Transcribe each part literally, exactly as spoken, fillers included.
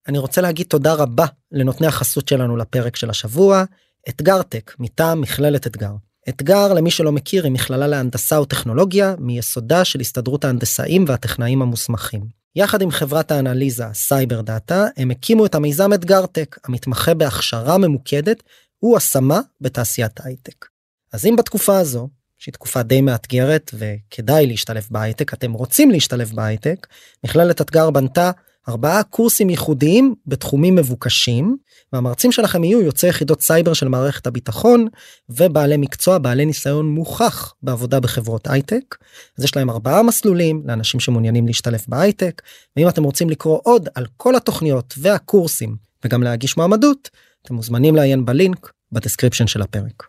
אני רוצה להגיד תודה רבה לנותני החסות שלנו לפרק של השבוע, אתגרטק, מטעם מכללת אתגר. אתגר, למי שלא מכיר, היא מכללה להנדסה וטכנולוגיה, מיסודה של הסתדרות ההנדסאים והטכנאים המוסמכים. יחד עם חברת האנליזה סייבר דאטה, הם הקימו את המיזם אתגרטק, המתמחה בהכשרה ממוקדת והשמה בתעשיית הייטק. אז אם בתקופה הזו, שהיא תקופה די מאתגרת וכדאי להשתלב בהייטק, אתם רוצים להשתלב בהייטק, מכללת אתגר בנתה ארבעה קורסים ייחודיים בתחומים מבוקשים, והמרצים שלכם יהיו יוצאי יחידות סייבר של מערכת הביטחון, ובעלי מקצוע, בעלי ניסיון מוכח בעבודה בחברות הייטק. אז יש להם ארבעה מסלולים לאנשים שמעוניינים להשתלב בהייטק, ואם אתם רוצים לקרוא עוד על כל התוכניות והקורסים, וגם להגיש מועמדות, אתם מוזמנים לעיין בלינק בדסקריפשן של הפרק.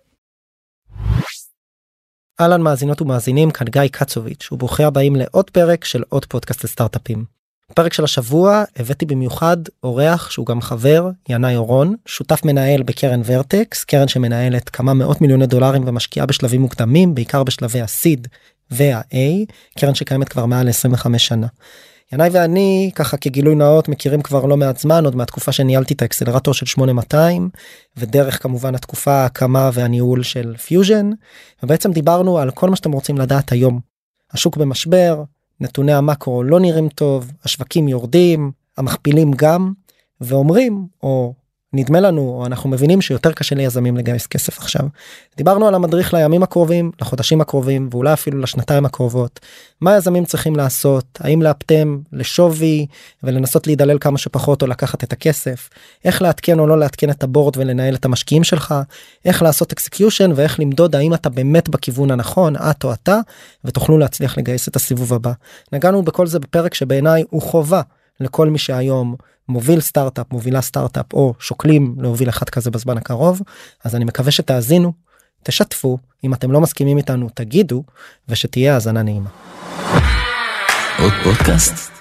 אהלן מאזינות ומאזינים, כאן גיא קצוביץ', וברוכים הבאים לעוד פרק של עוד פודקאסט לסטארט-אפים. בפרק של השבוע הבאתי במיוחד אורח שהוא גם חבר, ינאי אורון, שותף מנהל בקרן ורטקס, קרן שמנהלת כמה מאות מיליוני דולרים ומשקיעה בשלבים מוקדמים, בעיקר בשלבי הסיד וה-A, קרן שקיימת כבר מעל עשרים וחמש שנה. ינאי ואני, ככה כגילוי נאות, מכירים כבר לא מעט זמן, עוד מהתקופה שניהלתי את האקסלרטור של שמונה מאתיים, ודרך כמובן התקופה ההקמה והניהול של פיוז'ן, ובעצם דיברנו על כל מה שאתם רוצים לדעת היום. השוק במשבר, נתוני המקרו לא נראים טוב, השווקים יורדים, המכפילים גם, ואומרים, או נדמה לנו, או אנחנו מבינים שיותר קשה ליזמים לגייס כסף עכשיו. דיברנו על המדריך לימים הקרובים, לחודשים הקרובים, ואולי אפילו לשנתיים הקרובות. מה יזמים צריכים לעשות? האם לאפטם לשווי, ולנסות להידלל כמה שפחות, או לקחת את הכסף? איך להתקן או לא להתקן את הבורד ולנהל את המשקיעים שלך? איך לעשות אקסקיושן, ואיך למדוד האם אתה באמת בכיוון הנכון, את או אתה, ותוכלו להצליח לגייס את הסיבוב הבא. נגענו בכל זה בפרק שבעיניי הוא חובה לכל מי שהיום מוביל סטארט-אפ, מובילה סטארט-אפ, או שוקלים להוביל אחד כזה בזמן הקרוב. אז אני מקווה שתאזינו, תשתפו, אם אתם לא מסכימים איתנו, תגידו, ושתהיה האזנה נעימה. עוד פודקאסט?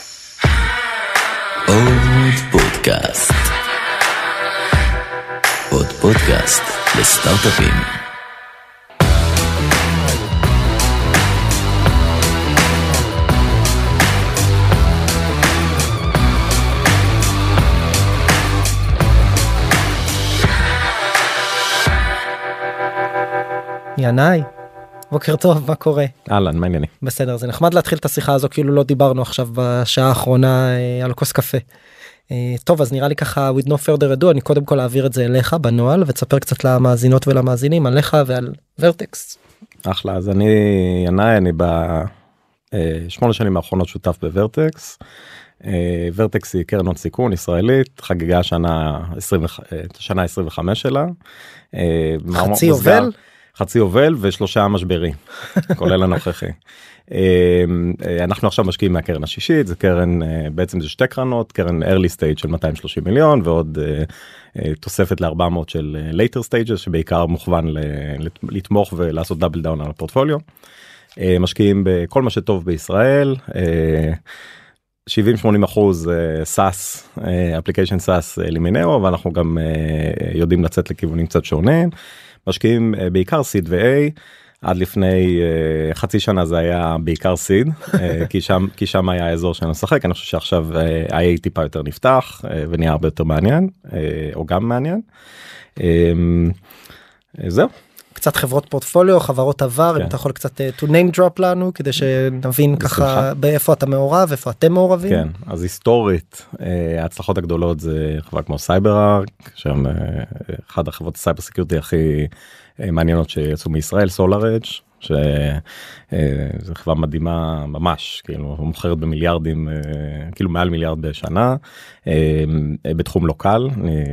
עוד פודקאסט. עוד פודקאסט לסטארט-אפים. ינאי, בוקר טוב, מה קורה? אהלן, מה העניינים? בסדר, זה נחמד להתחיל את השיחה הזו, כאילו לא דיברנו עכשיו בשעה האחרונה אה, על כוס קפה. אה, טוב, אז נראה לי ככה, with no further ado, אני קודם כל אעביר את זה אליך בנועל, ותספר קצת למאזינות ולמאזינים, עליך ועל ורטקס. אחלה, אז אני, ינאי, אני בשמונה שנים האחרונות שותף בוורטקס. ורטקס היא קרן הון סיכון ישראלית, חגיגה שנה עשרים וחמש שלה. חצי יובל? חצי יובל ושלושה משברים, כולל הנוכחי. אנחנו עכשיו משקיעים מהקרן השישית, זה קרן, בעצם זה שתי קרנות, קרן early stage של מאתיים ושלושים מיליון, ועוד תוספת ל-ארבע מאות של later stages, שבעיקר מוכוון לתמוך ולעשות דאבל דאון על הפורטפוליו. משקיעים בכל מה שטוב בישראל, שבעים שמונים אחוז סאס, אפליקיישן סאס לימינאו, ואנחנו גם יודעים לצאת לכיוונים קצת שונים. משקיעים בעיקר סיד ו-A, עד לפני uh, חצי שנה זה היה בעיקר סיד, uh, כי שם, כי שם היה האזור שאני משחק. אני חושב שעכשיו uh, ה-A טיפה יותר נפתח, uh, ונהיה הרבה יותר מעניין, uh, או גם מעניין. Uh, uh, זהו. קצת חברות פורטפוליו, חברות עבר, כן. אם אתה יכול קצת to name drop לנו, כדי שנבין ככה באיפה אתה מעורב, איפה אתם מעורבים. כן, אז היסטורית, ההצלחות הגדולות זה חברה כמו סייבר-ארק, שם אחת החברות הסייבר סקיורטי הכי מעניינות שיצאו מישראל, סולארג', שזו חברה מדהימה ממש, כאילו, מוכרת במיליארדים, כאילו מעל מיליארד בשנה, בתחום לוקל,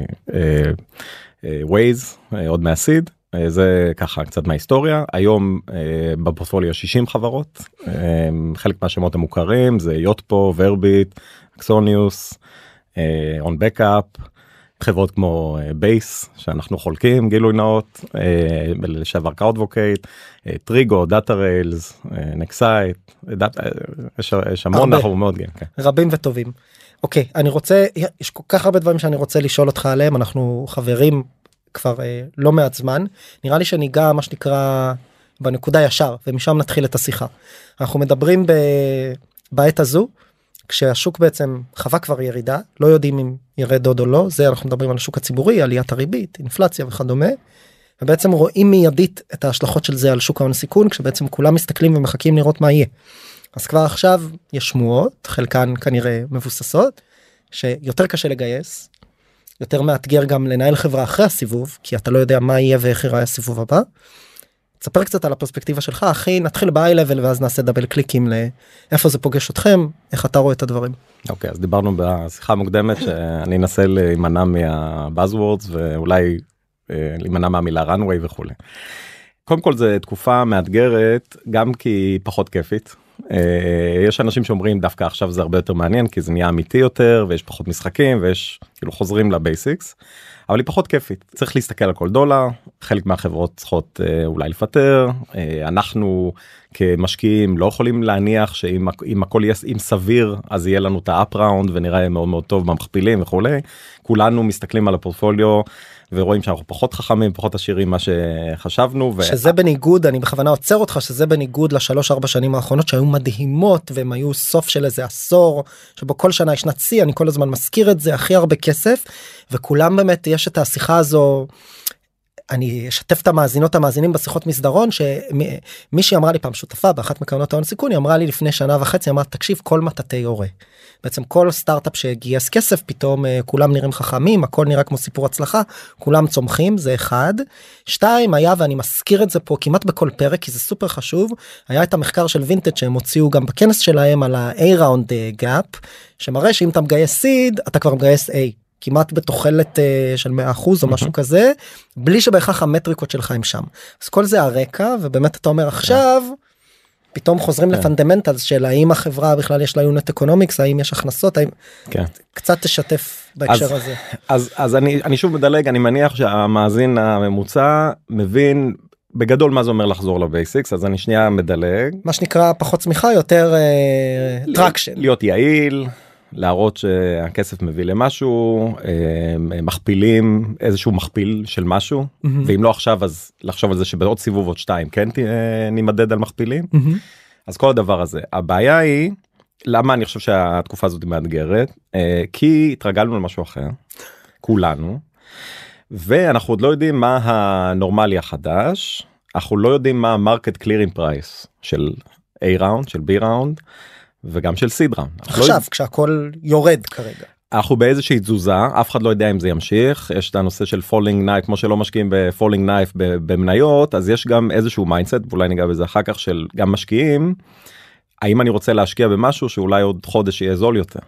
ווייז, עוד מהסיד, זה ככה קצת מההיסטוריה. היום בפורטפוליו שישים חברות, חלק מהשמות המוכרים זה יוטפו, ורביט, אקסוניוס, און בקאפ, חברות כמו בייס שאנחנו חולקים, גילוי נאות, לשעבר קראודבוקייט, טריגו, דאטה ריילס, נקסייט, יש המון, אנחנו מאוד גאים. רבים וטובים. אוקיי, אני רוצה, יש כל כך הרבה דברים שאני רוצה לשאול אותך עליהם, אנחנו חברים כבר לא מעט זמן, נראה לי שניגע מה שנקרא בנקודה ישר, ומשם נתחיל את השיחה. אנחנו מדברים בעת הזו, כשהשוק בעצם חווה כבר ירידה, לא יודעים אם ירד עוד או לא, זה אנחנו מדברים על השוק הציבורי, עליית הריבית, אינפלציה וכדומה, ובעצם רואים מיידית את ההשלכות של זה על שוק ההון סיכון, כשבעצם כולם מסתכלים ומחכים לראות מה יהיה. אז כבר עכשיו יש שמועות, חלקן כנראה מבוססות, שיותר קשה לגייס, יותר מאתגר גם לנהל חברה אחרי הסיבוב, כי אתה לא יודע מה יהיה ואיך יראה הסיבוב הבא. תספר קצת על הפרספקטיבה שלך, אחי, נתחיל ב-high level ואז נעשה דאבל קליקים לאיפה זה פוגש אתכם, איך אתה רואה את הדברים. אוקיי, אז דיברנו בשיחה מוקדמת שאני אנסה להימנע מה-buzzwords ואולי להימנע מהמילה runway וכו'. קודם כל זה תקופה מאתגרת, גם כי פחות כיפית. יש אנשים שאומרים דווקא עכשיו זה הרבה יותר מעניין, כי זה נהיה אמיתי יותר, ויש פחות משחקים, ויש כאילו חוזרים לבייסיקס. אבל היא פחות כיפית, צריך להסתכל על כל דולר, חלק מהחברות צריכות אה, אולי לפטר, אה, אנחנו כמשקיעים לא יכולים להניח שאם אם הכל יהיה, אם סביר, אז יהיה לנו את האפ ראונד ונראה מאוד מאוד טוב במכפילים וכולי, כולנו מסתכלים על הפורטפוליו ורואים שאנחנו פחות חכמים, פחות עשירים מה שחשבנו. ו... שזה בניגוד, אני בכוונה עוצר אותך, שזה בניגוד לשלוש ארבע שנים האחרונות שהיו מדהימות, והם היו סוף של איזה עשור, שבו כל שנה יש שנת שיא, אני כל הזמן מזכיר את זה, הכי הרבה כסף, וכולם באמת יש את השיחה הזו, אני אשתף את המאזינות המאזינים בשיחות מסדרון, שמישהי אמרה לי פעם שותפה באחת מקרנות ההון סיכון, היא אמרה לי לפני שנה וחצי, אמרה תקשיב כל מטאטי הורה. בעצם כל סטארט-אפ שגייס כסף, פתאום כולם נראים חכמים, הכל נראה כמו סיפור הצלחה, כולם צומחים, זה אחד. שתיים, היה, ואני מזכיר את זה פה כמעט בכל פרק, כי זה סופר חשוב, היה את המחקר של וינטג' שהם הוציאו גם בכנס שלהם על ה-A-Round Gap, שמראה שאם אתה מגייס סיד, אתה כבר מגייס A. כמעט בתוחלת uh, של מאה אחוז או משהו כזה, בלי שבהכרח המטריקות שלך הם שם. אז כל זה הרקע, ובאמת אתה אומר עכשיו, פתאום חוזרים לפונדמנטלס של האם החברה בכלל יש לה יוניט אקונומיקס, האם יש הכנסות, האם... קצת תשתף בהקשר הזה. אז, אז אני, אני שוב מדלג, אני מניח שהמאזין הממוצע מבין בגדול מה זה אומר לחזור לבייסיקס, אז אני שנייה מדלג. מה שנקרא פחות צמיחה, יותר טרקשן. להיות יעיל. להראות שהכסף מביא למשהו, מכפילים איזשהו מכפיל של משהו, mm-hmm. ואם לא עכשיו אז לחשוב על זה שבעוד סיבוב עוד שתיים כן נמדד על מכפילים. Mm-hmm. אז כל הדבר הזה. הבעיה היא, למה אני חושב שהתקופה הזאת מאתגרת? כי התרגלנו למשהו אחר, כולנו, ואנחנו עוד לא יודעים מה הנורמלי החדש, אנחנו לא יודעים מה המרקט קלירינג פרייס של A ראונד, של B ראונד, וגם של סיד ראונד. עכשיו, לא... כשהכל יורד כרגע. אנחנו באיזושהי תזוזה, אף אחד לא יודע אם זה ימשיך, יש את הנושא של פולינג נייף, כמו שלא משקיעים בפולינג נייף במניות, אז יש גם איזשהו מיינדסט, ואולי ניגע בזה אחר כך, של גם משקיעים, האם אני רוצה להשקיע במשהו שאולי עוד חודש יהיה זול יותר.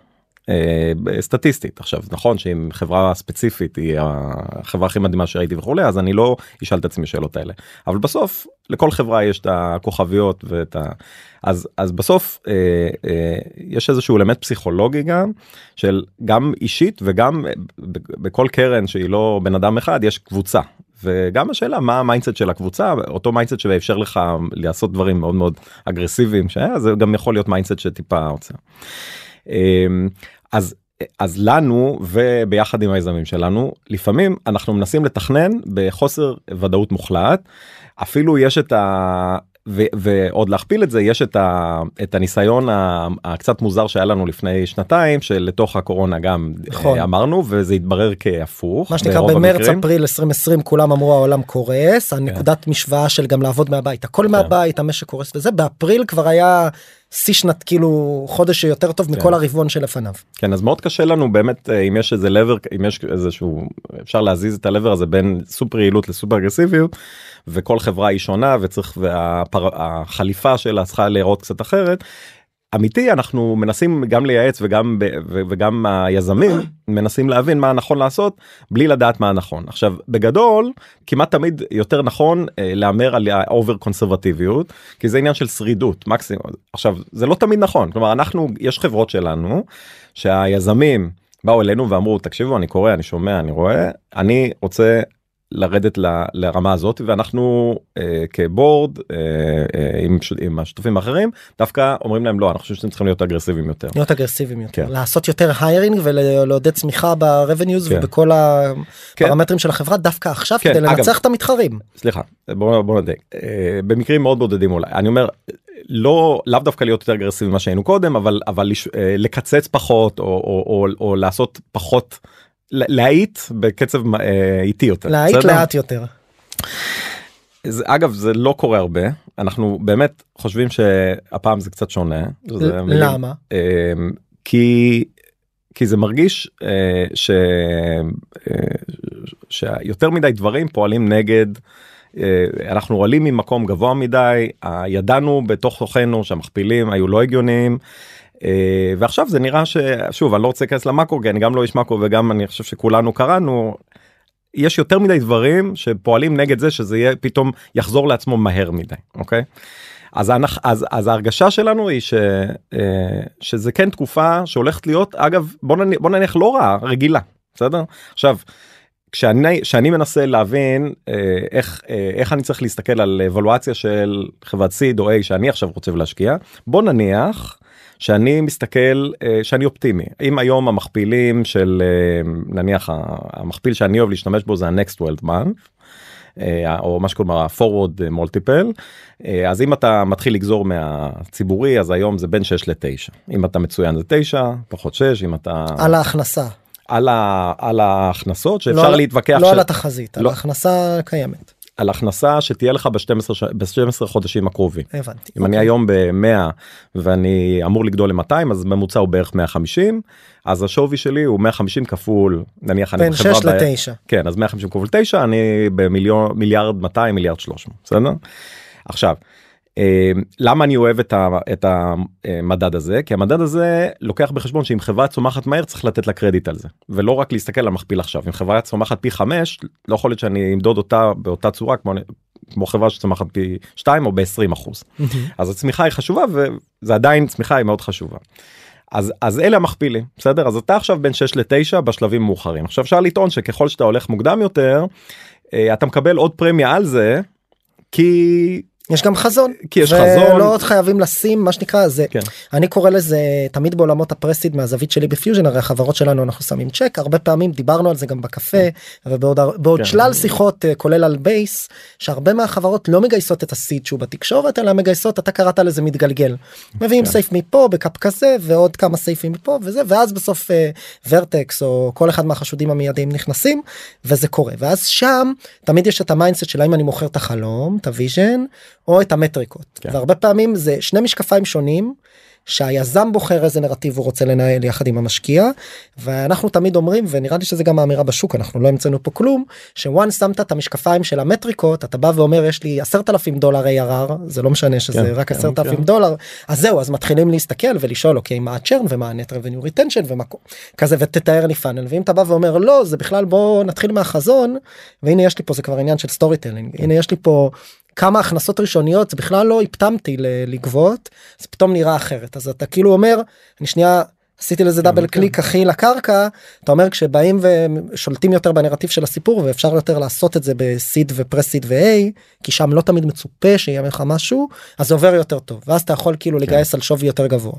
סטטיסטית. עכשיו, נכון שאם חברה ספציפית היא החברה הכי מדהימה שראיתי וכולי, אז אני לא אשאל את עצמי שאלות האלה. אבל בסוף, לכל חברה יש את הכוכביות ואת ה... אז, אז בסוף אה, אה, יש איזשהו אלמנט פסיכולוגי גם, של גם אישית וגם בכל קרן שהיא לא בן אדם אחד, יש קבוצה. וגם השאלה מה המיינדסט של הקבוצה, אותו מיינדסט שאפשר לך לעשות דברים מאוד מאוד אגרסיביים, שזה גם יכול להיות מיינדסט שטיפה עוצר. אז, אז לנו וביחד עם היזמים שלנו, לפעמים אנחנו מנסים לתכנן בחוסר ודאות מוחלט, אפילו יש את ה... ו, ועוד להכפיל את זה, יש את, ה, את הניסיון הקצת מוזר שהיה לנו לפני שנתיים, שלתוך הקורונה גם נכון. אמרנו, וזה התברר כהפוך. מה שנקרא במרץ אפריל עשרים עשרים, כולם אמרו העולם קורס, הנקודת כן. משוואה של גם לעבוד מהבית, הכל כן. מהבית, המשק קורס, וזה באפריל כבר היה... שיא שנת כאילו חודש יותר טוב מכל הרבעון שלפניו. כן, אז מאוד קשה לנו באמת אם יש איזה לבר, אם יש איזשהו, אפשר להזיז את הלבר הזה בין סופר יעילות לסופר אגרסיביות, וכל חברה היא שונה וצריך, והחליפה שלה צריכה להיראות קצת אחרת. אמיתי, אנחנו מנסים גם לייעץ וגם, וגם היזמים מנסים להבין מה נכון לעשות בלי לדעת מה נכון. עכשיו, בגדול, כמעט תמיד יותר נכון לאמר על האובר קונסרבטיביות, כי זה עניין של שרידות, מקסימום. עכשיו, זה לא תמיד נכון. כלומר, אנחנו, יש חברות שלנו שהיזמים באו אלינו ואמרו, תקשיבו, אני קורא, אני שומע, אני רואה, אני רוצה לרדת ל, לרמה הזאת, ואנחנו אה, כבורד, אה, אה, עם, עם השותפים האחרים, דווקא אומרים להם לא, אנחנו חושבים שאתם צריכים להיות אגרסיביים יותר. להיות אגרסיביים יותר. כן. לעשות יותר היירינג ולעודד צמיחה ברבניוז כן. ובכל הפרמטרים כן. של החברה, דווקא עכשיו כן. כדי לנצח אגב, את המתחרים. סליחה, בואו בוא נדייק. אה, במקרים מאוד בודדים אולי. אני אומר, לא, לאו דווקא להיות יותר אגרסיבי ממה שהיינו קודם, אבל, אבל לקצץ פחות, או, או, או, או לעשות פחות, להאיט בקצב איטי יותר. להאיט לאט יותר. זה, אגב, זה לא קורה הרבה. אנחנו באמת חושבים שהפעם זה קצת שונה. זה למה? מילים, כי, כי זה מרגיש ש, שיותר מדי דברים פועלים נגד, אנחנו עולים ממקום גבוה מדי, ידענו בתוך תוכנו שהמכפילים היו לא הגיוניים, ועכשיו זה נראה ששוב, אני לא רוצה להיכנס למקרו, כי אני גם לא איש מקרו, וגם אני חושב שכולנו קראנו, יש יותר מדי דברים שפועלים נגד זה, שזה יהיה פתאום יחזור לעצמו מהר מדי, אוקיי? אז, אז, אז ההרגשה שלנו היא ש, שזה כן תקופה שהולכת להיות, אגב, בוא נניח, בוא נניח לא רעה, רגילה, בסדר? עכשיו, כשאני, כשאני מנסה להבין איך, איך אני צריך להסתכל על אבלואציה של חברת סיד או A שאני עכשיו רוצה להשקיע, בוא נניח שאני מסתכל, שאני אופטימי. אם היום המכפילים של, נניח המכפיל שאני אוהב להשתמש בו זה ה-Next twelve month, או מה שקוראים ה-Forward Multiple, אז אם אתה מתחיל לגזור מהציבורי, אז היום זה בין שש לתשע. אם אתה מצוין זה תשע, פחות שש, אם אתה... על ההכנסה. על, ה, על ההכנסות שאפשר לא, להתווכח. לא ש... על התחזית, לא. על ההכנסה קיימת. על הכנסה שתהיה לך ב-שנים עשר חודשים הקרובים. הבנתי. אם אני היום ב-מאה ואני אמור לגדול ל-מאתיים, אז ממוצע הוא בערך מאה וחמישים, אז השווי שלי הוא מאה וחמישים כפול, נניח אני בין שש לתשע. כן, אז מאה וחמישים כפול תשע, אני במיליון, מיליארד מאתיים, מיליארד שלוש מאות, בסדר? עכשיו, למה אני אוהב את, ה, את המדד הזה? כי המדד הזה לוקח בחשבון שאם חברה צומחת מהר צריך לתת לה קרדיט על זה, ולא רק להסתכל על מכפיל עכשיו. אם חברה צומחת פי חמש, לא יכול להיות שאני אמדוד אותה באותה צורה כמו, כמו חברה שצומחת פי שתיים או ב-עשרים אחוז. אז הצמיחה היא חשובה, וזה עדיין צמיחה היא מאוד חשובה. אז, אז אלה המכפילים, בסדר? אז אתה עכשיו בין שש לתשע בשלבים מאוחרים. עכשיו אפשר לטעון שככל שאתה הולך מוקדם יותר, אתה מקבל עוד פרמיה על זה, כי... יש גם חזון, כי יש חזון, ולא עוד חייבים לשים מה שנקרא זה, כן. אני קורא לזה תמיד בעולמות הפרסיד מהזווית שלי בפיוז'ן, הרי החברות שלנו אנחנו שמים צ'ק, הרבה פעמים דיברנו על זה גם בקפה, כן. ובעוד בעוד כן. שלל שיחות כולל על בייס, שהרבה מהחברות לא מגייסות את הסיד שהוא בתקשורת, אלא מגייסות, אתה קראת לזה מתגלגל, מביאים כן. סייף מפה בקאפ כזה, ועוד כמה סייפים מפה וזה, ואז בסוף ורטקס או כל אחד מהחשודים המיידיים נכנסים, וזה קורה, ואז שם תמיד יש את המיינדסט של האם אני מוכר את החלום, את הוויז'ן, או את המטריקות. כן. והרבה פעמים זה שני משקפיים שונים, שהיזם בוחר איזה נרטיב הוא רוצה לנהל יחד עם המשקיע, ואנחנו תמיד אומרים, ונראה לי שזה גם האמירה בשוק, אנחנו לא המצאנו פה כלום, שוואן שמת את המשקפיים של המטריקות, אתה בא ואומר, יש לי עשרת אלפים דולר איי אר אר, זה לא משנה שזה כן, רק עשרת אלפים כן. דולר, אז זהו, אז מתחילים להסתכל ולשאול, אוקיי, מה הצ'רן ומה הנט רבניו ריטנשן ומה כזה, ותתאר לי פאנל, ואם אתה בא ואומר, לא, זה בכלל בוא נתחיל מהחזון, והנה יש לי פה, זה כבר עניין של סטורי טלינג, הנה יש לי פה כמה הכנסות ראשוניות, זה בכלל לא הפתמתי לגבות, זה פתאום נראה אחרת. אז אתה כאילו אומר, אני שנייה עשיתי לזה דאבל קליק הכי לקרקע, אתה אומר כשבאים ושולטים יותר בנרטיב של הסיפור, ואפשר יותר לעשות את זה בסיד ופרסיד ו-A, כי שם לא תמיד מצופה שיהיה לך משהו, אז זה עובר יותר טוב, ואז אתה יכול כאילו לגייס על שווי יותר גבוה.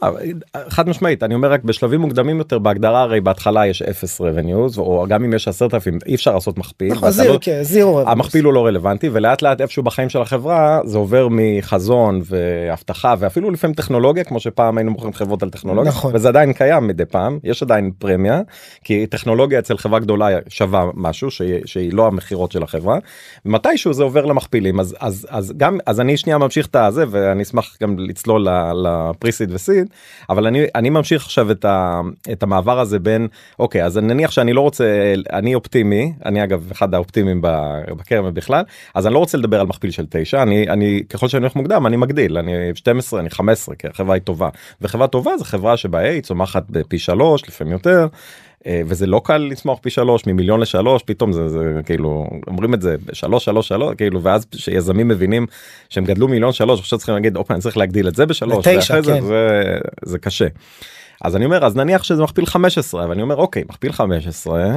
חד משמעית, אני אומר רק בשלבים מוקדמים יותר, בהגדרה הרי בהתחלה יש אפס revenues, או גם אם יש עשרת אלפים, אי אפשר לעשות מכפיל. נכון, זירו, כן, זירו revenues. המכפיל הוא לא רלוונטי, ולאט לאט איפשהו בחיים של החברה, זה עובר מחזון והבטחה, ואפילו לפעמים טכנולוגיה, כמו שפעם היינו מוכרים חברות על טכנולוגיה, וזה עדיין קיים מדי פעם, יש עדיין פרמיה, כי טכנולוגיה אצל חברה גדולה שווה משהו, שהיא, שהיא לא המחירות של החברה, ומתישהו זה עובר למכפילים, אז, אז, אז גם, אז אני שנייה ממשיך את הזה, ואני אשמח גם לצלול לפריסיד וסיד, אבל אני, אני ממשיך עכשיו את, ה, את המעבר הזה בין, אוקיי, אז נניח שאני לא רוצה, אני אופטימי, אני אגב אחד האופטימיים בקרן בכלל, אז אני לא רוצה לדבר על מכפיל של תשע, אני, אני, ככל שאני הולך מוקדם, אני מגדיל, אני שתים עשרה, אני חמש עשרה, כי החברה היא טובה, וחברה טובה זה חברה שבה היא צומחת בפי שלוש, לפעמים יותר, וזה לא קל לצמוח פי שלוש, ממיליון לשלוש, פתאום זה, זה כאילו, אומרים את זה, שלוש, שלוש, שלוש, כאילו, ואז שיזמים מבינים שהם גדלו מיליון שלוש, עכשיו צריכים להגיד, אופה, אני צריך להגדיל את זה בשלוש, לתשע, כן. זה, זה, זה קשה. אז אני אומר, אז נניח שזה מכפיל חמש עשרה, ואני אומר, אוקיי, מכפיל חמש עשרה,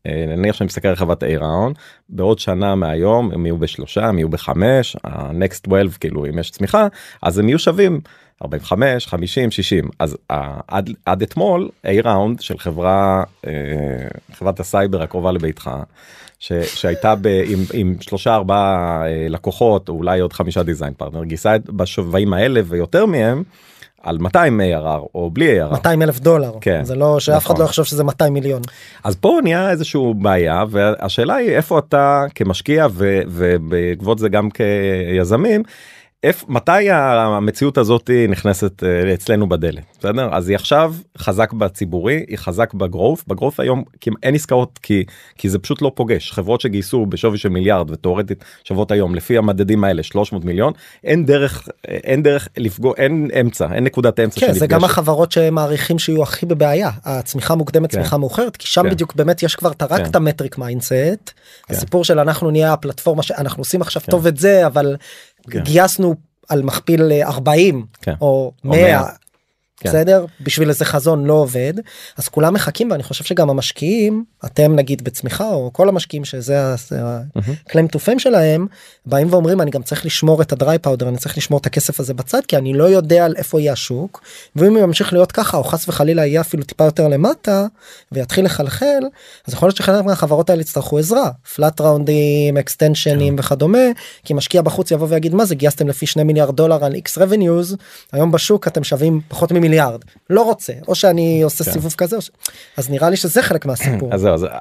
נניח שאני מסתכל על חברת A-Round, בעוד שנה מהיום הם יהיו בשלושה, הם יהיו בחמש, ה-Next twelve, כאילו אם יש צמיחה, אז הם יהיו שווים ארבעים וחמש, חמישים, שישים. אז עד, עד אתמול, A-Round של חברה, חברת הסייבר הקרובה לביתך, ש, שהייתה ב, עם, עם שלושה ארבעה לקוחות, או אולי עוד חמישה דיזיין פרטנר, גיסה בשווים האלה ויותר מהם, על מאתיים איי אר אר או בלי איי אר אר. מאתיים אלף דולר. כן. זה לא, שאף אחד לא יחשוב שזה מאתיים מיליון. אז פה נהיה איזשהו בעיה, והשאלה היא איפה אתה כמשקיע ובעקבות זה גם כיזמים, איפ, מתי המציאות הזאת נכנסת אצלנו בדלת, בסדר? אז היא עכשיו חזק בציבורי, היא חזק בגרוף, בגרוף היום אין עסקאות כי, כי זה פשוט לא פוגש, חברות שגייסו בשווי של מיליארד ותיאורטית שוות היום לפי המדדים האלה שלוש מאות מיליון, אין דרך, אין דרך לפגוע, אין אמצע, אין נקודת אמצע. כן, זה גם החברות שמעריכים שיהיו הכי בבעיה, הצמיחה מוקדמת, צמיחה מאוחרת, כי שם בדיוק באמת יש כבר רק את המטריק מיינדסט, הסיפור של אנחנו נהיה הפלטפורמה שאנחנו עושים עכשיו טוב את זה, אבל גייסנו על מכפיל ארבעים או מאה, בסדר? בשביל איזה חזון לא עובד, אז כולם מחכים, ואני חושב שגם המשקיעים, אתם נגיד בצמיחה, או כל המשקיעים שזה ה-claim to fame שלהם, באים ואומרים, אני גם צריך לשמור את הדרי פאודר, אני צריך לשמור את הכסף הזה בצד, כי אני לא יודע על איפה יהיה השוק, ואם הוא ימשיך להיות ככה, או חס וחלילה יהיה אפילו טיפה יותר למטה, ויתחיל לחלחל, אז יכול להיות שחלק מהחברות האלה יצטרכו עזרה, פלאט ראונדים, אקסטנשנים וכדומה, כי משקיע בחוץ יבוא ויגיד, מה זה, גייסתם לפי שני מיליארד דולר על X revenues, היום בשוק אתם שווים פחות ממיליארד. לא רוצה, או שאני עושה סיבוב כזה, אז נראה לי שזה חלק מהסיפור. אז זהו, אז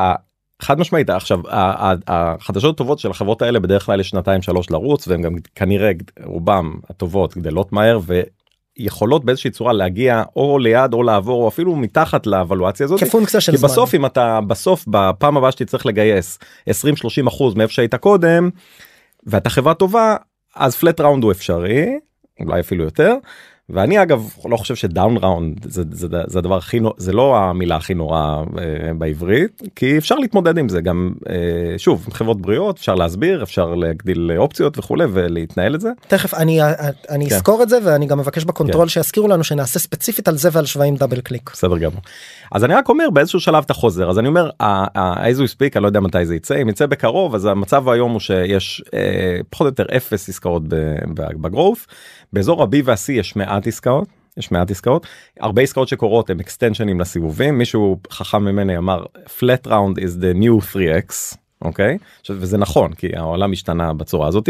חד משמעית, עכשיו, החדשות הטובות של החברות האלה בדרך כלל לשנתיים שלוש לרוץ, והם גם כנראה רובם הטובות גדלות מהר, ויכולות באיזושהי צורה להגיע או ליד או לעבור, או אפילו מתחת לאבלואציה הזאת. כפונקציה של זמן. כי בסוף, אם אתה, בסוף, בפעם הבאה שתצטרך לגייס עשרים שלושים אחוז מאיפה שהיית קודם, ואתה חברה טובה, אז פלט ראונד הוא אפשרי, אולי אפילו יותר, ואני אגב לא חושב שדאון ראונד זה, זה, זה הדבר הכי, זה לא המילה הכי נורא אה, בעברית, כי אפשר להתמודד עם זה גם, אה, שוב, חברות בריאות, אפשר להסביר, אפשר להגדיל אופציות וכולי, ולהתנהל את זה. תכף, אני, אני כן. אזכור את זה, ואני גם מבקש בקונטרול כן. שיזכירו לנו שנעשה ספציפית על זה ועל שווים דאבל קליק. בסדר גמור. אז אני רק אומר, באיזשהו שלב אתה חוזר, אז אני אומר, as we speak, אני לא יודע מתי זה יצא, אם יצא בקרוב, אז המצב היום הוא שיש אה, פחות או יותר אפס עסקאות בגרוף, באזור ה-B וה-C יש מעט עסקאות, יש מעט עסקאות, הרבה עסקאות שקורות הם אקסטנשנים לסיבובים, מישהו חכם ממני אמר, flat round is the new three x, אוקיי? וזה נכון, כי העולם השתנה בצורה הזאת,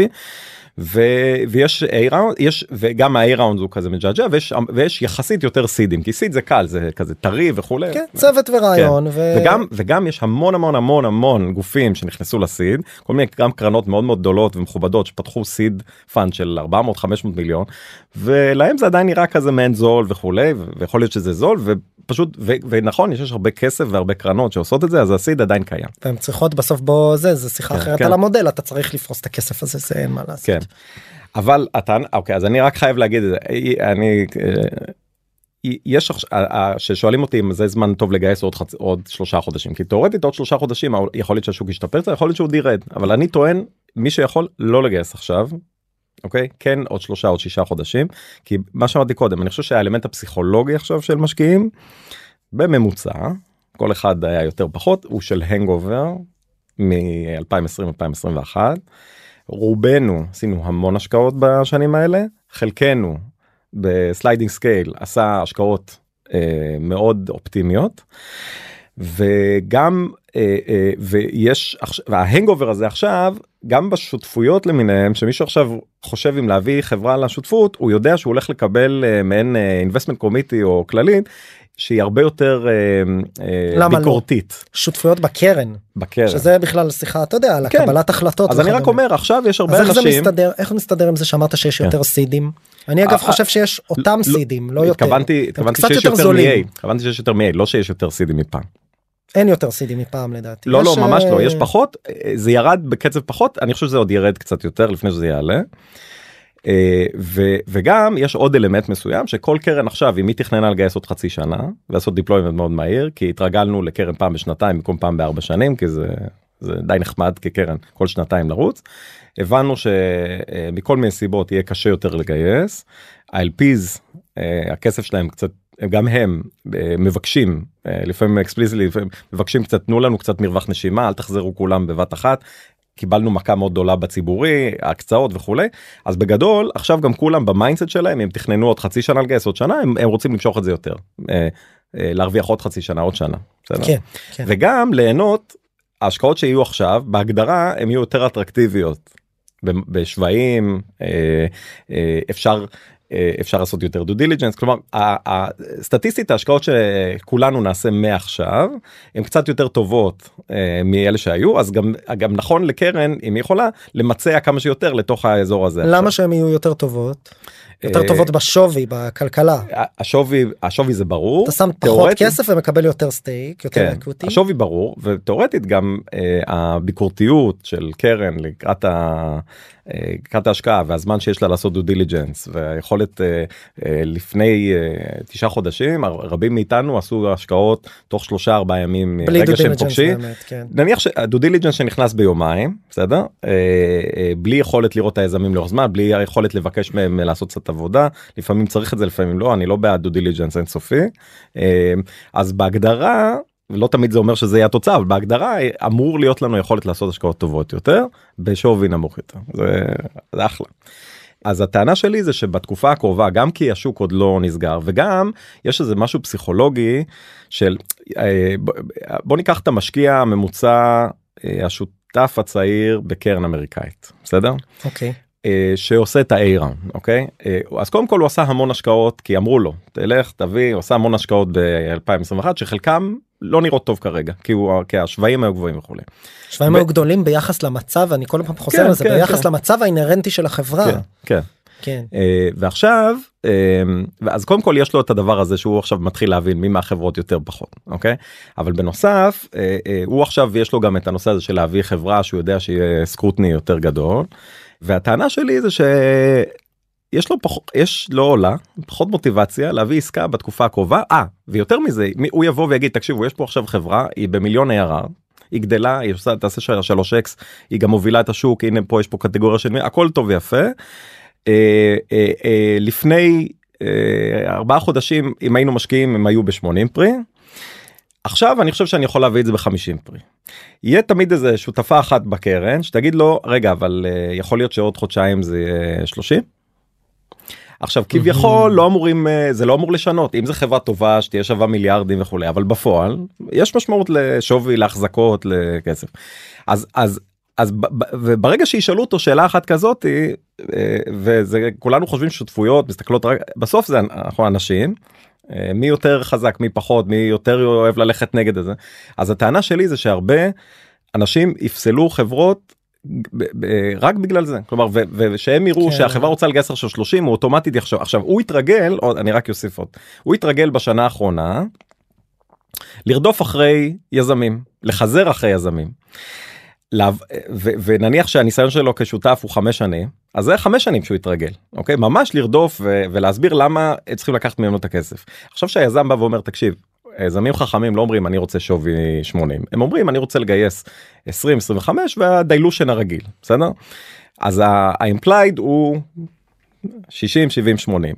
ו- ויש A-Round, יש, וגם ה-A-Round הוא כזה מג'עג'ע, ויש, ויש יחסית יותר סידים, כי סיד זה קל, זה כזה טרי וכולי. כן, צוות ורעיון. כן. ו... וגם, וגם יש המון המון המון המון גופים שנכנסו לסיד, כל מיני גם קרנות מאוד מאוד גדולות ומכובדות, שפתחו סיד פאנד של ארבע מאות חמש מאות מיליון, ולהם זה עדיין נראה כזה מעין זול וכולי, ויכול להיות שזה זול, ופשוט, ו- ונכון, יש הרבה כסף והרבה קרנות שעושות את זה, אז הסיד עדיין קיים. והן צריכות בסוף בו זה, זה שיחה כן, אחרת כן. על המודל, אתה צריך לפרוס את הכסף הזה, זה אין מה לעשות. כן. אבל אתה, אוקיי, אז אני רק חייב להגיד את זה, אני, יש, ששואלים אותי אם זה זמן טוב לגייס עוד, עוד שלושה חודשים, כי תיאורטית עוד שלושה חודשים יכול להיות שהשוק ישתפר, זה יכול להיות שהוא דירד, אבל אני טוען, מי שיכול לא לגייס עכשיו, אוקיי, כן עוד שלושה עוד שישה חודשים, כי מה שאמרתי קודם, אני חושב שהאלמנט הפסיכולוגי עכשיו של משקיעים, בממוצע, כל אחד היה יותר פחות, הוא של הנגובר, מ-אלפיים עשרים עד אלפיים עשרים ואחת, רובנו עשינו המון השקעות בשנים האלה, חלקנו בסליידינג סקייל עשה השקעות אה, מאוד אופטימיות, וגם אה, אה, ויש, וההנגובר הזה עכשיו, גם בשותפויות למיניהם, שמישהו עכשיו חושב אם להביא חברה לשותפות, הוא יודע שהוא הולך לקבל אה, מעין אה, investment committee או כללית, שהיא הרבה יותר אה, ביקורתית. לא? שותפויות בקרן. בקרן. שזה בכלל שיחה, אתה יודע, על הקבלת החלטות. אז אני רק אומר, עכשיו יש הרבה אנשים. אז איך זה מסתדר, איך מסתדר עם זה שאמרת שיש יותר סידים? אני אגב חושב שיש אותם סידים, לא יותר. התכוונתי שיש יותר מ-A, התכוונתי שיש יותר מ-A, לא שיש יותר סידים מפעם. אין יותר סידים מפעם לדעתי. לא, לא, ממש לא, יש פחות, זה ירד בקצב פחות, אני חושב שזה עוד ירד קצת יותר לפני שזה יעלה. ו- וגם יש עוד אלמנט מסוים שכל קרן עכשיו אם היא תכננה לגייס עוד חצי שנה לעשות דיפלוימנט מאוד מהיר כי התרגלנו לקרן פעם בשנתיים במקום פעם בארבע שנים כי זה, זה די נחמד כקרן כל שנתיים לרוץ. הבנו שמכל מיני סיבות יהיה קשה יותר לגייס. ה-אל פיז הכסף שלהם קצת גם הם מבקשים, לפעמים אקספליסיטלי, מבקשים קצת, תנו לנו קצת מרווח נשימה, אל תחזרו כולם בבת אחת, קיבלנו מכה מאוד גדולה בציבורי, הקצאות וכולי, אז בגדול, עכשיו גם כולם במיינדסט שלהם, הם תכננו עוד חצי שנה לגייס עוד שנה, הם, הם רוצים למשוך את זה יותר, להרוויח עוד חצי שנה, עוד שנה. כן, כן. וגם ליהנות, ההשקעות שיהיו עכשיו, בהגדרה, הן יהיו יותר אטרקטיביות, בשוויים, אפשר, אפשר לעשות יותר דו דיליג'נס, כלומר, הסטטיסטית, ההשקעות שכולנו נעשה מעכשיו, הן קצת יותר טובות מאלה שהיו, אז גם, גם נכון לקרן, אם היא יכולה, למצע כמה שיותר לתוך האזור הזה. למה שהן יהיו יותר טובות? יותר טובות בשווי, בכלכלה. השווי, השווי זה ברור. אתה שם פחות כסף ומקבל יותר סטייק, יותר אקוויטי. השווי ברור, ותיאורטית גם הביקורתיות של קרן לקראת ה... לקראת ההשקעה והזמן שיש לה לעשות דו דיליג'נס והיכולת לפני תשעה חודשים, רבים מאיתנו עשו השקעות תוך שלושה ארבעה ימים רגע שהם פוגשים. נניח שהדו דיליג'נס שנכנס ביומיים, בסדר? בלי יכולת לראות את היזמים לאורך זמן, בלי היכולת לבקש מהם לעשות קצת עבודה, לפעמים צריך את זה, לפעמים לא, אני לא בעד דו דיליג'נס אינסופי. אז בהגדרה, ולא תמיד זה אומר שזה יהיה התוצאה, אבל בהגדרה אמור להיות לנו יכולת לעשות השקעות טובות יותר, בשווי נמוך יותר. זה, זה אחלה. אז הטענה שלי זה שבתקופה הקרובה, גם כי השוק עוד לא נסגר, וגם יש איזה משהו פסיכולוגי של, בוא ניקח את המשקיע הממוצע, השותף הצעיר בקרן אמריקאית, בסדר? אוקיי. שעושה את ה-A-Round, אוקיי? אז קודם כל הוא עשה המון השקעות, כי אמרו לו, תלך, תביא, הוא עשה המון השקעות ב-אלפיים עשרים ואחת, שחלקם לא נראות טוב כרגע, כי, הוא, כי השוואים היו גבוהים וכו'. השוואים ו... היו גדולים ביחס למצב, אני כל פעם חוזר כן, לזה, כן, ביחס כן. למצב האינרנטי של החברה. כן, כן. כן. ועכשיו, אז קודם כל יש לו את הדבר הזה שהוא עכשיו מתחיל להבין מי מהחברות יותר פחות, אוקיי? אבל בנוסף, הוא עכשיו יש לו גם את הנושא הזה של להביא חברה שהוא יודע שיהיה סקרוטני יותר גדול, והטענה שלי זה שיש לו פחות, יש לו עולה, פחות מוטיבציה להביא עסקה בתקופה הקרובה, אה, ויותר מזה, הוא יבוא ויגיד, תקשיבו, יש פה עכשיו חברה, היא במיליון A R R, היא גדלה, היא עושה, תעשה שלוש אקס, היא גם מובילה את השוק, הנה פה יש פה קטגוריה של מי, הכל טוב ויפה. אה, אה, אה, לפני אה, ארבעה חודשים, אם היינו משקיעים, הם היו ב-שמונים פרי, עכשיו אני חושב שאני יכול להביא את זה ב-חמישים פרי. יהיה תמיד איזה שותפה אחת בקרן, שתגיד לו, רגע, אבל uh, יכול להיות שעוד חודשיים זה uh, שלושים? עכשיו, כביכול לא אמורים, uh, זה לא אמור לשנות, אם זה חברה טובה, שתהיה שווה מיליארדים וכולי, אבל בפועל, יש משמעות לשווי, להחזקות, לכסף. אז, אז, אז, וברגע שישאלו אותו שאלה אחת כזאת, וזה, כולנו חושבים שותפויות, מסתכלות, בסוף זה אנחנו אנשים, מי יותר חזק, מי פחות, מי יותר אוהב ללכת נגד את זה. אז הטענה שלי זה שהרבה אנשים יפסלו חברות רק בגלל זה. כלומר, ושהם יראו שהחברה רוצה לגייס של שלושים, הוא אוטומטית יחשוב. עכשיו, הוא יתרגל, אני רק יוסיף עוד, הוא יתרגל בשנה האחרונה, לרדוף אחרי יזמים, לחזר אחרי יזמים. ונניח שהניסיון שלו כשותף הוא חמש שנים, אז זה חמש שנים שהוא יתרגל, אוקיי? ממש לרדוף ולהסביר למה צריכים לקחת ממנו את הכסף. עכשיו שהיזם בא ואומר, תקשיב, יזמים חכמים לא אומרים אני רוצה שווי שמונים, הם אומרים אני רוצה לגייס עשרים עשרים וחמש והדיילושן הרגיל, בסדר? אז ה-implied הוא שישים שבעים שמונים.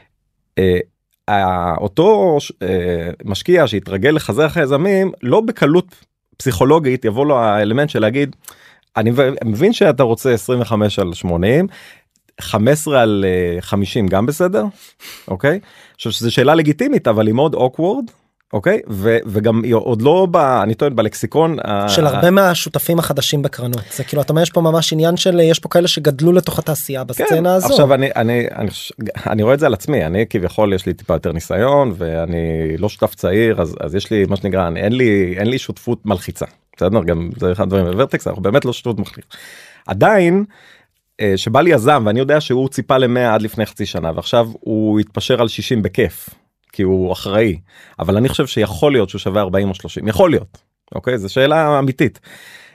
אותו משקיע שהתרגל לחזר אחרי יזמים, לא בקלות פסיכולוגית יבוא לו האלמנט של להגיד, אני מבין שאתה רוצה עשרים וחמש על שמונים, חמש עשרה על חמישים גם בסדר, אוקיי? עכשיו שזו שאלה לגיטימית, אבל היא מאוד awkward, אוקיי? ו- וגם עוד לא, ב, אני טוען, בלקסיקון. של הרבה מהשותפים החדשים בקרנות. זה כאילו, אתה אומר, יש פה ממש עניין של, יש פה כאלה שגדלו לתוך התעשייה בסצנה הזו. עכשיו, אני, אני, אני, אני רואה את זה על עצמי, אני כביכול, יש לי טיפה יותר ניסיון, ואני לא שותף צעיר, אז, אז יש לי, מה שנקרא, אין לי, אין לי שותפות מלחיצה. בסדר? גם זה אחד הדברים בוורטקס, אנחנו באמת לא שותפות מלחיצה. עדיין, שבא לי יזם, ואני יודע שהוא ציפה ל-מאה עד לפני חצי שנה, ועכשיו הוא התפשר על שישים בכיף. כי הוא אחראי, אבל אני חושב שיכול להיות שהוא שווה ארבעים או שלושים, יכול להיות, אוקיי? זו שאלה אמיתית.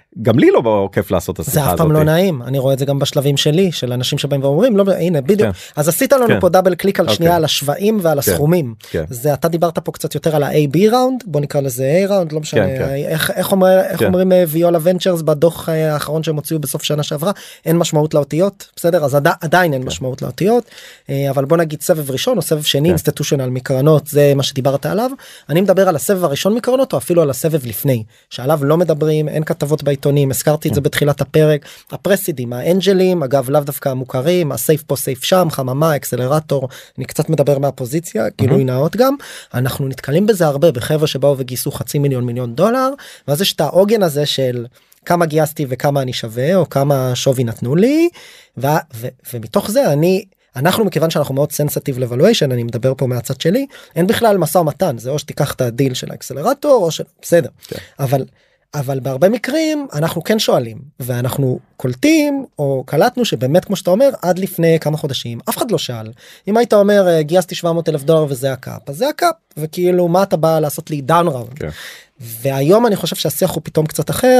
גם לי לא כיף לעשות את השיחה הזאת. זה אף פעם לא נעים, אני רואה את זה גם בשלבים שלי, של אנשים שבאים ואומרים, לא, הנה, בדיוק, אז עשית לנו פה דאבל קליק על שנייה, על השוואים ועל הסכומים. זה, אתה דיברת פה קצת יותר על ה-A B ראונד, בוא נקרא לזה A ראונד, לא משנה, איך אומרים ויולה ונצ'רס בדוח האחרון שהם הוציאו בסוף שנה שעברה, אין משמעות לאותיות, בסדר? אז עדיין אין משמעות לאותיות, אבל בוא נגיד סבב ראשון או סבב שני, אינסטיטוציונל מקרנות, זה מה שדיברת עליו. אני מדבר על הסבב הראשון מקרנות, או אפילו על הסבב לפני, שעליו לא מדברים, אין כתבות בעיתונים, הזכרתי את זה בתחילת הפרק, הפרסידים, האנג'לים, אגב לאו דווקא המוכרים, הסייף פה סייף שם, חממה, אקסלרטור, אני קצת מדבר מהפוזיציה, גילוי נאות גם, אנחנו נתקלים בזה הרבה בחבר'ה שבאו וגייסו חצי מיליון מיליון דולר, ואז יש את העוגן הזה של כמה גייסתי וכמה אני שווה, או כמה שווי נתנו לי, ו- ו- ומתוך זה אני, אנחנו מכיוון שאנחנו מאוד sensitive ל-valuation, אני מדבר פה מהצד שלי, אין בכלל מסע ומתן, זה או שתיקח את הדיל של האקסלרטור, או ש... בסדר, okay. אבל... אבל בהרבה מקרים אנחנו כן שואלים ואנחנו קולטים או קלטנו שבאמת כמו שאתה אומר עד לפני כמה חודשים אף אחד לא שאל. אם היית אומר גייסתי שבע מאות אלף דולר וזה הקאפ, אז זה הקאפ, וכאילו מה אתה בא לעשות לי דאון ראונד. כן. והיום אני חושב שהשיח הוא פתאום קצת אחר,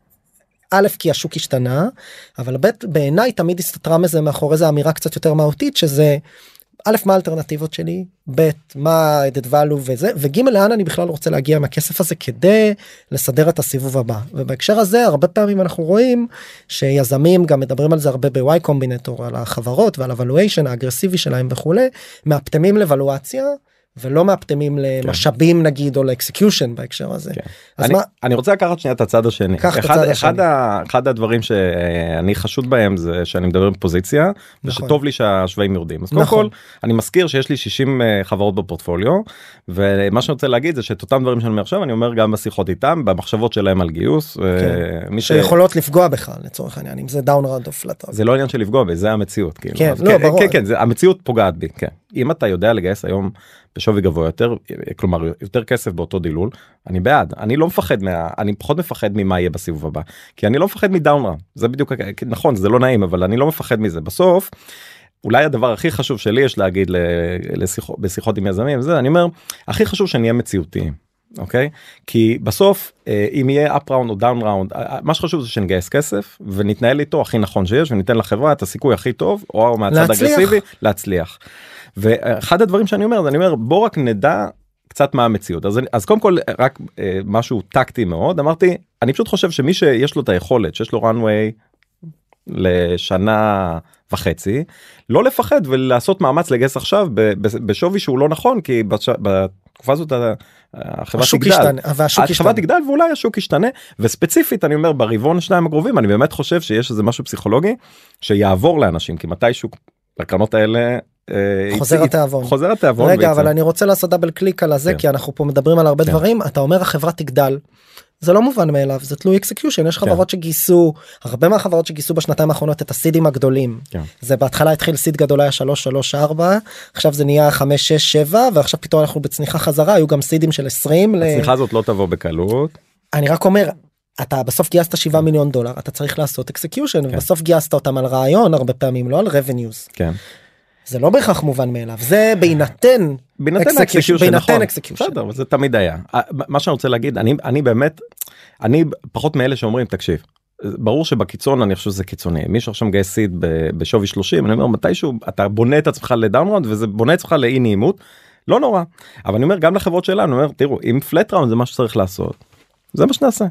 א' כי השוק השתנה, אבל ב' בעיניי תמיד הסתתרה מזה מאחורי זה אמירה קצת יותר מהותית שזה א', מה האלטרנטיבות שלי, ב', מה added value וזה, וג', לאן אני בכלל רוצה להגיע מהכסף הזה כדי לסדר את הסיבוב הבא. ובהקשר הזה, הרבה פעמים אנחנו רואים שיזמים גם מדברים על זה הרבה ב-Y קומבינטור, על החברות ועל הוולואיישן האגרסיבי שלהם וכולי, מאפטמים לוולואציה, ולא מאפטמים למשאבים נגיד או לאקסקיושן בהקשר הזה. אז אני, מה... אני רוצה לקחת שנייה את הצד השני. קח את אחד, הצד אחד, השני. ה, אחד הדברים שאני חשוד בהם זה שאני מדבר בפוזיציה, נכון. ושטוב לי שהשווים יורדים. אז קודם נכון. כל, אני מזכיר שיש לי שישים חברות בפורטפוליו, ומה שאני רוצה להגיד זה שאת אותם דברים שאני אומר עכשיו, אני אומר גם בשיחות איתם, במחשבות שלהם על גיוס. כן. שיכולות ש... לפגוע בך לצורך העניין, אם זה דאון ראונד או פלאט ראונד. זה לא עניין של לפגוע בי, זה המציאות. כאילו. כן, אז, לא, כן, ברור. כן, כן, זה, המציאות פוגעת בי, כן. אם אתה יודע לגייס היום בשווי גבוה יותר, כלומר יותר כסף באותו דילול, אני בעד. אני לא מפחד מה, אני פחות מפחד ממה יהיה בסיבוב הבא, כי אני לא מפחד מדאון ראונד. זה בדיוק, נכון, זה לא נעים, אבל אני לא מפחד מזה. בסוף, אולי הדבר הכי חשוב שלי יש להגיד לשיחות, בשיחות עם יזמים, זה, אני אומר, הכי חשוב שנהיה מציאותיים. אוקיי? כי בסוף, אם יהיה up round או down round, מה שחשוב זה שנגייס כסף, ונתנהל איתו הכי נכון שיש, וניתן לחברה את הסיכוי הכי טוב, או מהצד אגרסיבי, להצליח. ואחד הדברים שאני אומר, אני אומר, בוא רק נדע קצת מה המציאות. אז, אז קודם כל, רק אה, משהו טקטי מאוד, אמרתי, אני פשוט חושב שמי שיש לו את היכולת, שיש לו runway לשנה וחצי, לא לפחד ולעשות מאמץ לגייס עכשיו בשווי שהוא לא נכון, כי בש... בתקופה הזאת החברה תגדל, החברה תגדל ואולי השוק ישתנה, וספציפית אני אומר ברבעון שניים הקרובים, אני באמת חושב שיש איזה משהו פסיכולוגי שיעבור לאנשים, כי מתי שוק לקרנות האלה חוזר התיאבון. חוזר התיאבון. רגע, אבל אני רוצה לעשות דאבל קליק על הזה, כי אנחנו פה מדברים על הרבה דברים, אתה אומר החברה תגדל. זה לא מובן מאליו, זה תלוי אקסקיושן, יש חברות שגייסו, הרבה מהחברות שגייסו בשנתיים האחרונות את הסידים הגדולים. זה בהתחלה התחיל סיד גדול היה שלוש, שלוש, ארבע, עכשיו זה נהיה חמש, שש, שבע, ועכשיו פתאום אנחנו בצניחה חזרה, היו גם סידים של עשרים. הצניחה הזאת לא תבוא בקלות. אני רק אומר, אתה בסוף גייסת שבעה מיליון דולר, אתה צריך לעשות אקסקיושן, ובסוף גייסת אותם על רעיון, הרבה פעמים לא על revenues. כן. זה לא בהכרח מובן מאליו, זה בהינתן בהינתן אקסקיושן, נכון. אקסקיושן. בסדר, אבל זה תמיד היה. מה שאני רוצה להגיד, אני, אני באמת, אני פחות מאלה שאומרים, תקשיב, ברור שבקיצון אני חושב שזה קיצוני, מי שעכשיו מגייס סיד בשווי שלושים, אני אומר, מתישהו אתה בונה את עצמך לדאון ראונד, וזה בונה את עצמך לאי נעימות, לא נורא. אבל אני אומר, גם לחברות שלנו, אני אומר, תראו, אם פלט ראונד זה מה שצריך לעשות, זה מה שנעשה.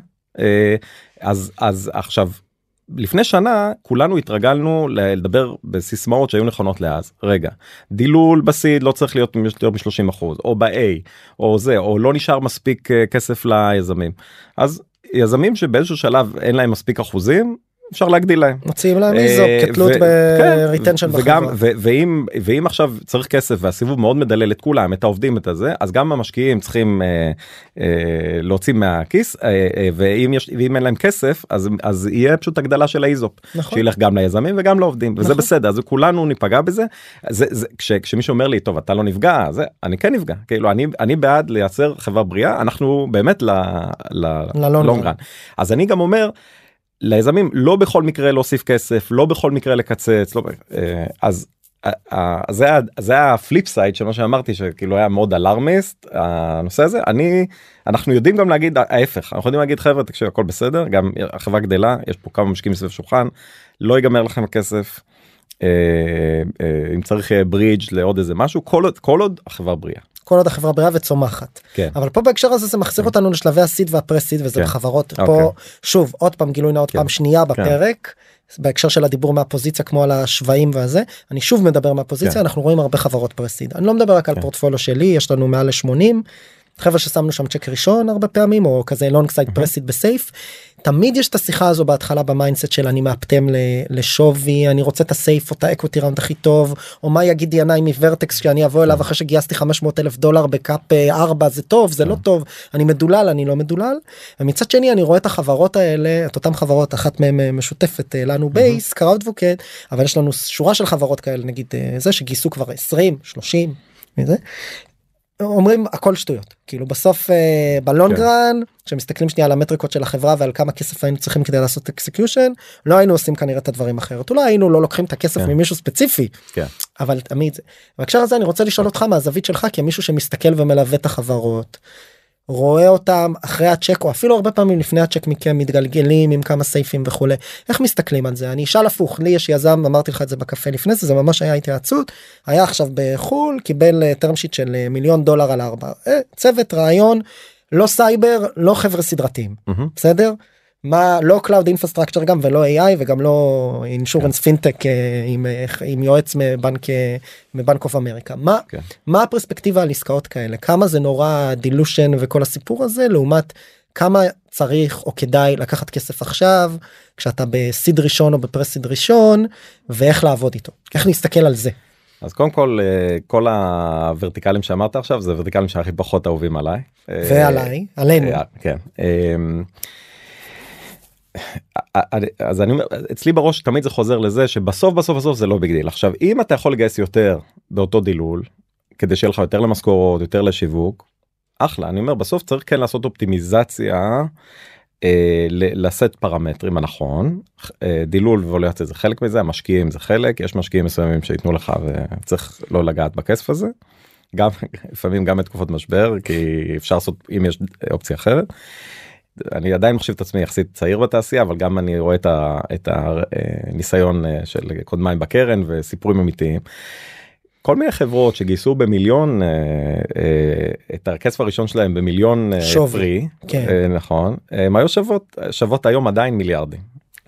אז, אז עכשיו, לפני שנה כולנו התרגלנו לדבר בסיסמאות שהיו נכונות לאז. רגע, דילול בסיד לא צריך להיות יותר מ-שלושים אחוז, או ב-A, או זה, או לא נשאר מספיק כסף ליזמים. אז יזמים שבאיזשהו שלב אין להם מספיק אחוזים, אפשר להגדיל להם. מוציאים להם איזו כתלות בריטנשן בחברה. ואם עכשיו צריך כסף והסיבוב מאוד מדלל את כולם, את העובדים את הזה, אז גם המשקיעים צריכים להוציא מהכיס, ואם אין להם כסף, אז יהיה פשוט הגדלה של האיזופ, שילך גם ליזמים וגם לעובדים, וזה בסדר, אז כולנו ניפגע בזה. כשמישהו אומר לי, טוב, אתה לא נפגע, אני כן נפגע. אני בעד לייצר חברה בריאה, אנחנו באמת ללונג רן. אז אני גם אומר, ליזמים לא בכל מקרה להוסיף כסף, לא בכל מקרה לקצץ, לא, אז זה הפליפ סייד של מה שאמרתי, שכאילו היה מאוד אלרמיסט הנושא הזה. אני אנחנו יודעים גם להגיד ההפך, אנחנו יודעים להגיד חבר'ה תקשיב הכל בסדר, גם החברה גדלה, יש פה כמה משקיעים סביב שולחן, לא ייגמר לכם הכסף, אם צריך ברידג' לעוד איזה משהו, כל עוד כל עוד החברה בריאה. כל עוד החברה בריאה וצומחת. כן. אבל פה בהקשר הזה זה מחזיר אותנו לשלבי הסיד והפרסיד, וזה כן. בחברות. אוקיי. פה שוב עוד פעם גילוי נאות, כן. פעם שנייה בפרק. בהקשר של הדיבור מהפוזיציה כמו על השוואים והזה, אני שוב מדבר מהפוזיציה, כן. אנחנו רואים הרבה חברות פרסיד. אני לא מדבר רק כן. על פורטפוליו שלי, יש לנו מעל ל-שמונים חבר'ה ששמנו שם צ'ק ראשון הרבה פעמים, או כזה לונג סייד פרסיד בסייף. תמיד יש את השיחה הזו בהתחלה במיינדסט של אני מאפתם לשווי, אני רוצה את הסייף או את האקוויטי ראונד הכי טוב, או מה יגיד ינאי מוורטקס שאני אבוא אליו אחרי שגייסתי חמש מאות אלף דולר בקאפ ארבע, זה טוב, זה לא טוב, אני מדולל, אני לא מדולל. ומצד שני אני רואה את החברות האלה, את אותם חברות, אחת מהן משותפת לנו בייס, קראודבוקט, אבל יש לנו שורה של חברות כאלה, נגיד זה שגייסו כבר עשרים, שלושים, מזה. אומרים הכל שטויות, כאילו בסוף בלונגרן שמסתכלים שנייה על המטריקות של החברה ועל כמה כסף היינו צריכים כדי לעשות אקסקיושן, לא היינו עושים כנראה את הדברים אחרת, אולי היינו לא לוקחים את הכסף ממישהו ספציפי, אבל תמיד זה. בהקשר הזה אני רוצה לשאול אותך מהזווית שלך כמישהו שמסתכל ומלווה את החברות, רואה אותם אחרי הצ'ק או אפילו הרבה פעמים לפני הצ'ק מכם מתגלגלים עם כמה סייפים וכולי, איך מסתכלים על זה? אני אשאל הפוך, לי יש יזם, אמרתי לך את זה בקפה לפני זה, זה ממש היה התייעצות, היה עכשיו בחול, קיבל טרם שיט של מיליון דולר על ארבע, צוות רעיון, לא סייבר, לא חבר'ה סדרתיים, בסדר? מה, לא קלאוד אינפרסטרקצ'ר גם ולא איי איי וגם לא אינשורנס פינטק עם, עם יועץ מבנק, מבנק אוף אמריקה. מה, okay. מה הפרספקטיבה על עסקאות כאלה? כמה זה נורא דילושן וכל הסיפור הזה, לעומת כמה צריך או כדאי לקחת כסף עכשיו, כשאתה בסיד ראשון או בפרסיד ראשון, ואיך לעבוד איתו? איך להסתכל על זה? אז קודם כל, כל הוורטיקלים שאמרת עכשיו, זה ורטיקלים שהכי פחות אהובים עליי. ועליי, עלינו. כן. אז אני אומר, אצלי בראש תמיד זה חוזר לזה שבסוף בסוף בסוף זה לא ביג דיל. עכשיו אם אתה יכול לגייס יותר באותו דילול כדי שיהיה לך יותר למשכורות, יותר לשיווק, אחלה. אני אומר בסוף צריך כן לעשות אופטימיזציה, אה, לסט פרמטרים הנכון, אה, דילול וולואציה זה חלק מזה, המשקיעים זה חלק, יש משקיעים מסוימים שיתנו לך וצריך לא לגעת בכסף הזה, גם לפעמים גם בתקופות משבר כי אפשר לעשות אם יש אופציה אחרת. אני עדיין מחשיב את עצמי יחסית צעיר בתעשייה, אבל גם אני רואה את הניסיון של קודמיים בקרן וסיפורים אמיתיים. כל מיני חברות שגייסו במיליון, את הכסף הראשון שלהם במיליון פרי, נכון, הם היו שוות, שוות היום עדיין מיליארדים.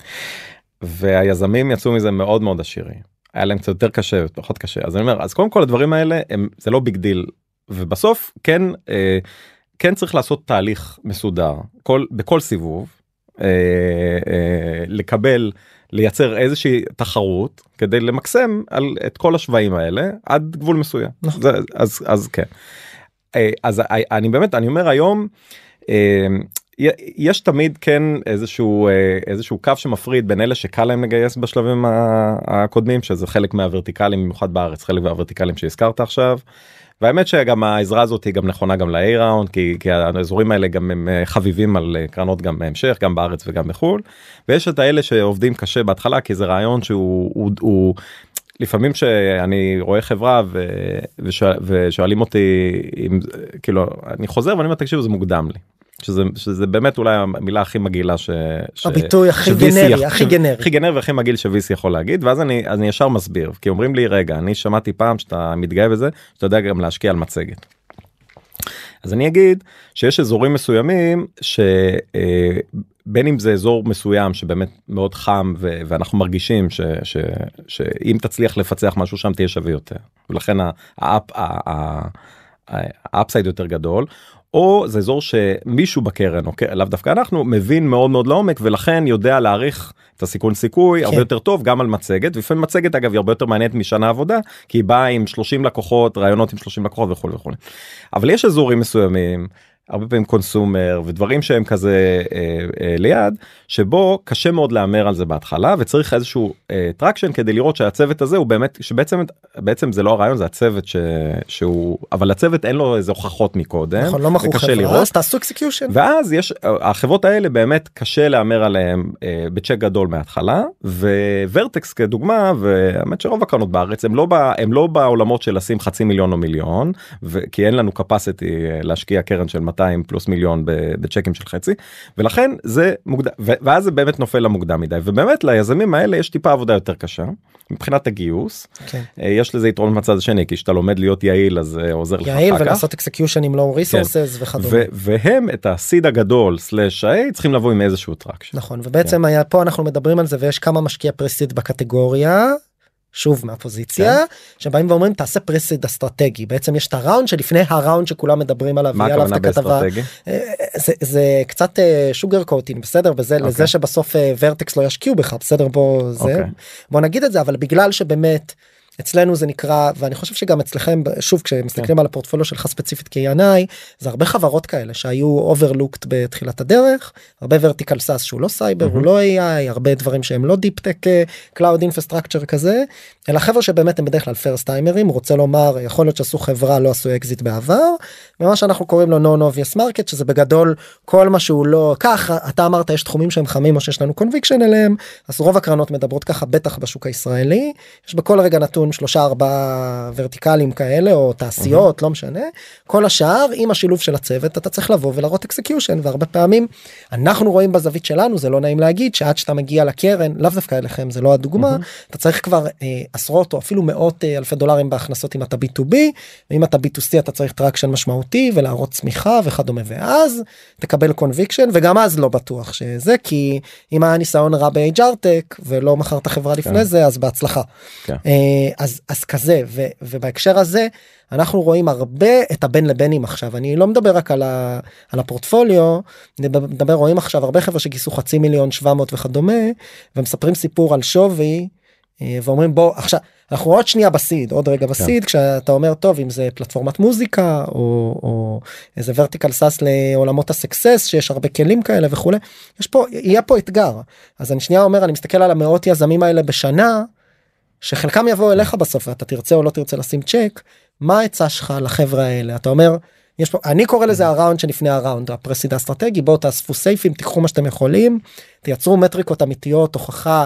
והיזמים יצאו מזה מאוד מאוד עשירים. היה להם קצת יותר קשה, פחות קשה. אז אני אומר, אז קודם כל הדברים האלה, הם, זה לא ביג דיל. ובסוף, כן, כן צריך לעשות תהליך מסודר, כל, בכל סיבוב, אה, אה, לקבל, לייצר איזושהי תחרות, כדי למקסם על, את כל השוואים האלה, עד גבול מסוים. זה, אז, אז כן. אה, אז אני באמת, אני אומר היום, אה, יש תמיד כן איזשהו, אה, איזשהו קו שמפריד בין אלה שקל להם לגייס בשלבים הקודמים, שזה חלק מהוורטיקלים, במיוחד בארץ, חלק מהוורטיקלים שהזכרת עכשיו, והאמת שגם העזרה הזאת היא גם נכונה גם ל-A ראונד, כי, כי האזורים האלה גם הם חביבים על קרנות גם בהמשך, גם בארץ וגם בחול, ויש את האלה שעובדים קשה בהתחלה, כי זה רעיון שהוא, הוא, הוא, לפעמים שאני רואה חברה ו, ושואל, ושואלים אותי, אם, כאילו, אני חוזר ואני אומר, תקשיבו, זה מוקדם לי. שזה, שזה באמת אולי המילה הכי מגעילה ש... הביטוי הכי גנרי, הכי גנרי. הכי גנרי והכי מגעיל שוויס יכול להגיד, ואז אני, אני ישר מסביר, כי אומרים לי, רגע, אני שמעתי פעם שאתה מתגאה בזה, שאתה יודע גם להשקיע על מצגת. אז אני אגיד שיש אזורים מסוימים, שבין אם זה אזור מסוים שבאמת מאוד חם, ו- ואנחנו מרגישים ש- ש- שאם תצליח לפצח משהו שם תהיה שווה יותר, ולכן האפסייד יותר גדול, או זה אזור שמישהו בקרן, או לאו דווקא אנחנו, מבין מאוד מאוד לעומק, ולכן יודע להעריך את הסיכון סיכוי כן. הרבה יותר טוב, גם על מצגת, ולפעמים מצגת אגב היא הרבה יותר מעניינת משנה עבודה, כי היא באה עם שלושים לקוחות, רעיונות עם שלושים לקוחות וכו' וכו'. אבל יש אזורים מסוימים, הרבה פעמים קונסומר ודברים שהם כזה אה, אה, ליד, שבו קשה מאוד לאמר על זה בהתחלה, וצריך איזשהו אה, טרקשן כדי לראות שהצוות הזה הוא באמת, שבעצם בעצם זה לא הרעיון, זה הצוות ש, שהוא, אבל הצוות אין לו איזה הוכחות מקודם. נכון, לא מכרו חברה, אז תעשו אקסקיושן. ואז יש, החברות האלה באמת קשה לאמר עליהם אה, בצ'ק גדול מההתחלה, וורטקס כדוגמה, והאמת שרוב הקרנות בארץ, הם לא, בא, הם לא בעולמות של לשים חצי מיליון או מיליון, ו, כי אין לנו capacity להשקיע קרן של מאתיים פלוס מיליון בצ'קים של חצי, ולכן זה מוקדם, ואז זה באמת נופל למוקדם מדי, ובאמת ליזמים האלה יש טיפה עבודה יותר קשה, מבחינת הגיוס, okay. יש לזה יתרון מצד השני, כי שאתה לומד להיות יעיל, אז עוזר לך אחר כך. יעיל ולעשות אקסקיושן עם לואו ריסורסס וכדומה. והם את הסיד הגדול סלש איי צריכים לבוא עם איזשהו טראקשן. נכון, ובעצם היה פה אנחנו מדברים על זה, ויש כמה משקיע פרסיד בקטגוריה, שוב מהפוזיציה, שבאים ואומרים תעשה פרסיד אסטרטגי, בעצם יש את הראונד שלפני הראונד שכולם מדברים עליו, מה הכוונה באסטרטגי? זה, זה קצת שוגר קוטינג, בסדר, בזה, okay. לזה שבסוף ורטקס לא ישקיעו בך, בסדר, בוא, זה, okay. בוא נגיד את זה, אבל בגלל שבאמת, אצלנו זה נקרא, ואני חושב שגם אצלכם, שוב, כשמסתכלים על הפורטפוליו שלך ספציפית כ-ינאי, זה הרבה חברות כאלה שהיו overlooked בתחילת הדרך, הרבה vertical SaaS שהוא לא סייבר, הוא לא איי איי, הרבה דברים שהם לא Deep Tech, Cloud Infrastructure כזה, אלא חבר'ה שבאמת הם בדרך כלל first timer'ים, רוצה לומר, יכול להיות שעשו חברה, לא עשו אקזיט בעבר, ומה שאנחנו קוראים לו non-obvious market, שזה בגדול כל מה שהוא לא, ככה, אתה אמרת, יש תחומים שהם חמים, או שיש לנו conviction אליהם, אז רוב הקרנות מדברות ככה, בטח בשוק הישראלי, יש בכל רגע נתון שלושה ארבעה ורטיקלים כאלה או תעשיות, mm-hmm. לא משנה, כל השאר עם השילוב של הצוות אתה צריך לבוא ולראות אקסקיושן, והרבה פעמים אנחנו רואים בזווית שלנו, זה לא נעים להגיד שעד שאתה מגיע לקרן, לאו דווקא אליכם, זה לא הדוגמה, mm-hmm. אתה צריך כבר אה, עשרות או אפילו מאות אה, אלפי דולרים בהכנסות אם אתה בי טו בי, ואם אתה בי טו סי אתה צריך טראקשן משמעותי ולהראות צמיחה וכדומה, ואז תקבל קונביקשן, וגם אז לא בטוח שזה, כי אם היה ניסיון רע ב-אייץ' אר Tech ולא מכרת חברה לפני okay. זה, אז בהצלחה. Okay. אה, אז אז כזה, ו, ובהקשר הזה, אנחנו רואים הרבה את הבין לבנים עכשיו, אני לא מדבר רק על, ה, על הפורטפוליו, מדבר, רואים עכשיו הרבה חבר'ה שגיסו חצי מיליון, שבע מאות וכדומה, ומספרים סיפור על שווי, ואומרים בוא, עכשיו, אנחנו עוד שנייה בסיד, עוד רגע בסיד, yeah. כשאתה אומר טוב, אם זה פלטפורמת מוזיקה, או, או איזה ורטיקל סאס לעולמות הסקסס, שיש הרבה כלים כאלה וכו', יש פה, יהיה פה אתגר, אז אני שנייה אומר, אני מסתכל על המאות יזמים האלה בשנה, שחלקם יבוא אליך בסוף, ואתה תרצה או לא תרצה לשים צ'ק, מה העצה שלך לחבר'ה האלה? אתה אומר, יש פה, אני קורא לזה הראונד שלפני הראונד, הפרסיד האסטרטגי, בואו תאספו סייפים, תיקחו מה שאתם יכולים, תייצרו מטריקות אמיתיות, הוכחה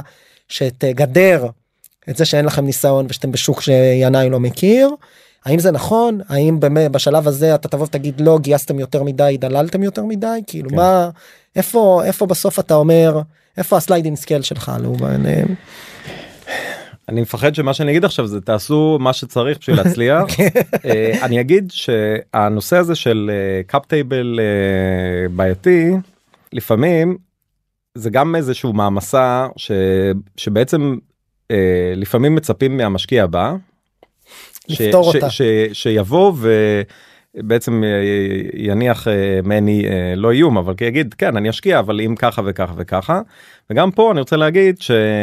שתגדר את זה שאין לכם ניסיון, ושאתם בשוק שינאי לא מכיר, האם זה נכון? האם באמת בשלב הזה אתה תבוא ותגיד לא, גייסתם יותר מדי, דללתם יותר מדי? כאילו כן. מה, איפה, איפה בסוף אתה אומר, איפה הסליידינג סקייל שלך, לעומת... אני מפחד שמה שאני אגיד עכשיו זה תעשו מה שצריך בשביל להצליח. אני אגיד שהנושא הזה של קאפ טייבל בעייתי, לפעמים זה גם איזשהו מעמסה שבעצם לפעמים מצפים מהמשקיע הבא, לפתור אותה. שיבוא ובעצם יניח מני לא איום, אבל יגיד כן אני אשקיע אבל אם ככה וככה וככה. וגם פה אני רוצה להגיד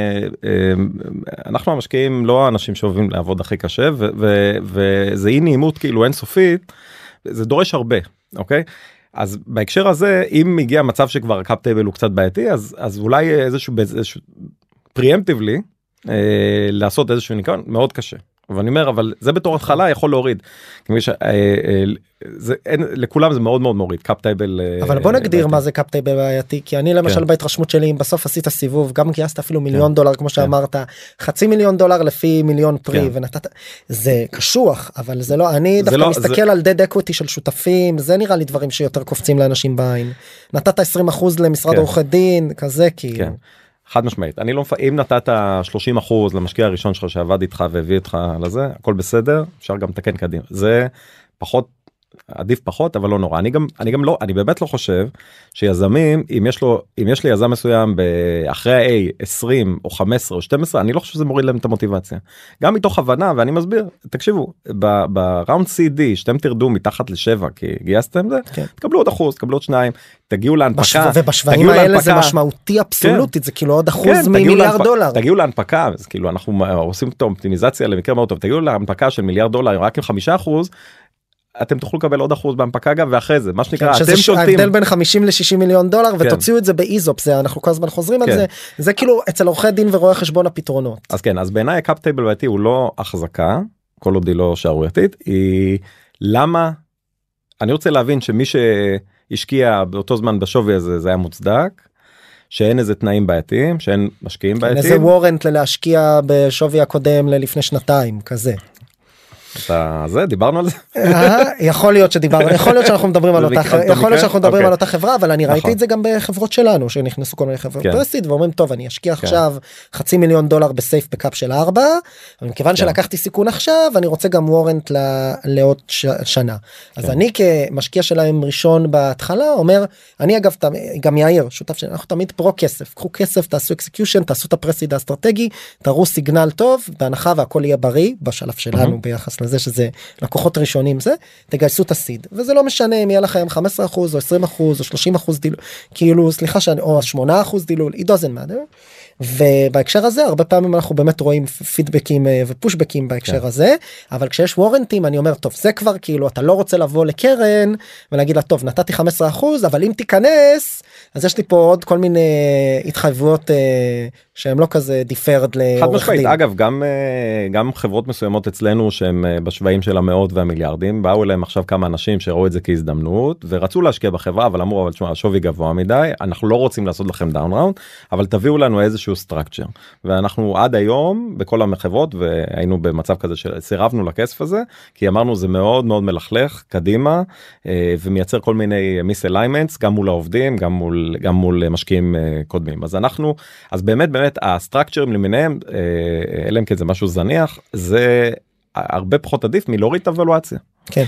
שאנחנו המשקיעים לא האנשים שאוהבים לעבוד הכי קשה, וזה אי נעימות כאילו אינסופית, זה דורש הרבה, אוקיי? אז בהקשר הזה, אם מגיע מצב שכבר הקאפ טייבל הוא קצת בעייתי, אז, אז אולי איזשהו, איזשהו פריאמפטיבלי, אה, לעשות איזשהו ניקיון, מאוד קשה. ואני אומר, אבל זה בתור התחלה יכול להוריד. כמו ש... אה, אה, זה, אין, לכולם זה מאוד מאוד מוריד, קאפ טייבל. אבל בוא נגדיר מה זה קאפ טייבל בעייתי, כי אני למשל בהתרשמות שלי, אם בסוף עשית סיבוב, גם גייסת אפילו מיליון דולר, כמו שאמרת, חצי מיליון דולר לפי מיליון פרי, ונתת, זה קשוח, אבל זה לא, אני דווקא מסתכל על דד אקוויטי של שותפים, זה נראה לי דברים שיותר קופצים לאנשים בעין. נתת עשרים אחוז למשרד עורכי דין, כזה כאילו. חד משמעית, אני לא מפ... אם נתת שלושים אחוז למשקיע הראשון שלך שעבד איתך והביא אותך לזה, הכל בסדר, אפשר גם לתקן קדימה. זה פחות, עדיף פחות, אבל לא נורא. אני גם, אני גם לא, אני באמת לא חושב שיזמים, אם יש לו, אם יש לי יזם מסוים אחרי ה-A עשרים או חמש עשרה או שתים עשרה, אני לא חושב שזה מוריד להם את המוטיבציה. גם מתוך הבנה, ואני מסביר, תקשיבו, בראונד סי די, שאתם תרדו מתחת לשבע, כי גייסתם זה, כן. תקבלו עוד אחוז, תקבלו עוד שניים, תגיעו להנפקה. ובשוואים האלה זה משמעותי אבסולוטית, כן. זה כאילו עוד אחוז כן, ממיליארד להנפ... דולר. תגיעו להנפקה, אז כאילו אנחנו עושים את האופטימיזציה למקרה מאוד טוב, תגיעו להנפקה של מיליארד דולר, רק עם חמישה אחוז, אתם תוכלו לקבל עוד אחוז בהנפקה גם, ואחרי זה, מה שנקרא, כן, אתם שולטים. ההבדל בין חמישים ל-שישים מיליון דולר, כן. ותוציאו את זה באיזופ, זה, אנחנו כל הזמן חוזרים כן. על זה, זה כאילו אצל עורכי דין ורואי חשבון הפתרונות. אז כן, אז בעיניי הקאפ טייבל בעייתי הוא לא החזקה, כל עוד היא לא שערורייתית, היא למה, אני רוצה להבין שמי שהשקיע באותו זמן בשווי הזה, זה היה מוצדק, שאין איזה תנאים בעייתיים, שאין משקיעים בעייתיים. איזה וורנט ללהשקיע בשווי הקודם ללפני שנתיים, כזה. אתה זה, דיברנו על זה? יכול להיות שדיברנו, יכול להיות שאנחנו מדברים על אותה, יכול להיות שאנחנו מדברים על אותה חברה, אבל אני ראיתי את זה גם בחברות שלנו, שנכנסו כל מיני חברות פרסיד, ואומרים, טוב, אני אשקיע עכשיו חצי מיליון דולר בסייף בקאפ של ארבע, אבל מכיוון שלקחתי סיכון עכשיו, אני רוצה גם וורנט לעוד שנה. אז אני כמשקיע שלהם ראשון בהתחלה, אומר, אני אגב, גם יאיר, שותף שלנו, אנחנו תמיד פרו כסף, קחו כסף, תעשו אקסקיושן, תעשו את הפרסיד האסטרטגי, תראו סיגנל טוב, בהנחה והכל יהיה בריא, בשלב שלנו ביחס לזה שזה לקוחות ראשונים זה, תגייסו את הסיד, וזה לא משנה אם יהיה לכם חמישה עשר אחוז או עשרים אחוז או שלושים אחוז דילול, כאילו סליחה שאני, או שמונה אחוז דילול, it doesn't matter, ובהקשר הזה הרבה פעמים אנחנו באמת רואים פידבקים ופושבקים בהקשר הזה, אבל כשיש וורנטים אני אומר טוב זה כבר כאילו אתה לא רוצה לבוא לקרן ולהגיד לה טוב נתתי חמישה עשר אחוז אבל אם תיכנס אז יש לי פה עוד כל מיני התחייבויות שהם לא כזה דיפרד לעורך דין. אגב גם גם חברות מסוימות אצלנו שהם בשווים של המאות והמיליארדים באו אליהם עכשיו כמה אנשים שראו את זה כהזדמנות ורצו להשקיע בחברה אבל אמרו אבל תשמע השווי גבוה מדי אנחנו לא רוצים לעשות לכם דאון ראונד אבל תביאו לנו איזשהו סטרקצ'ר ואנחנו עד היום בכל החברות והיינו במצב כזה שסירבנו לכסף הזה כי אמרנו זה מאוד מאוד מלכלך קדימה ומייצר כל מיני מיס-אליימנטס גם מול העובדים גם מול גם מול משקיעים קודמים אז אנחנו אז באמת באמת הסטרקצ'רים למיניהם אלא אם כן זה משהו זניח זה הרבה פחות עדיף מלהוריד את הוולואציה. כן.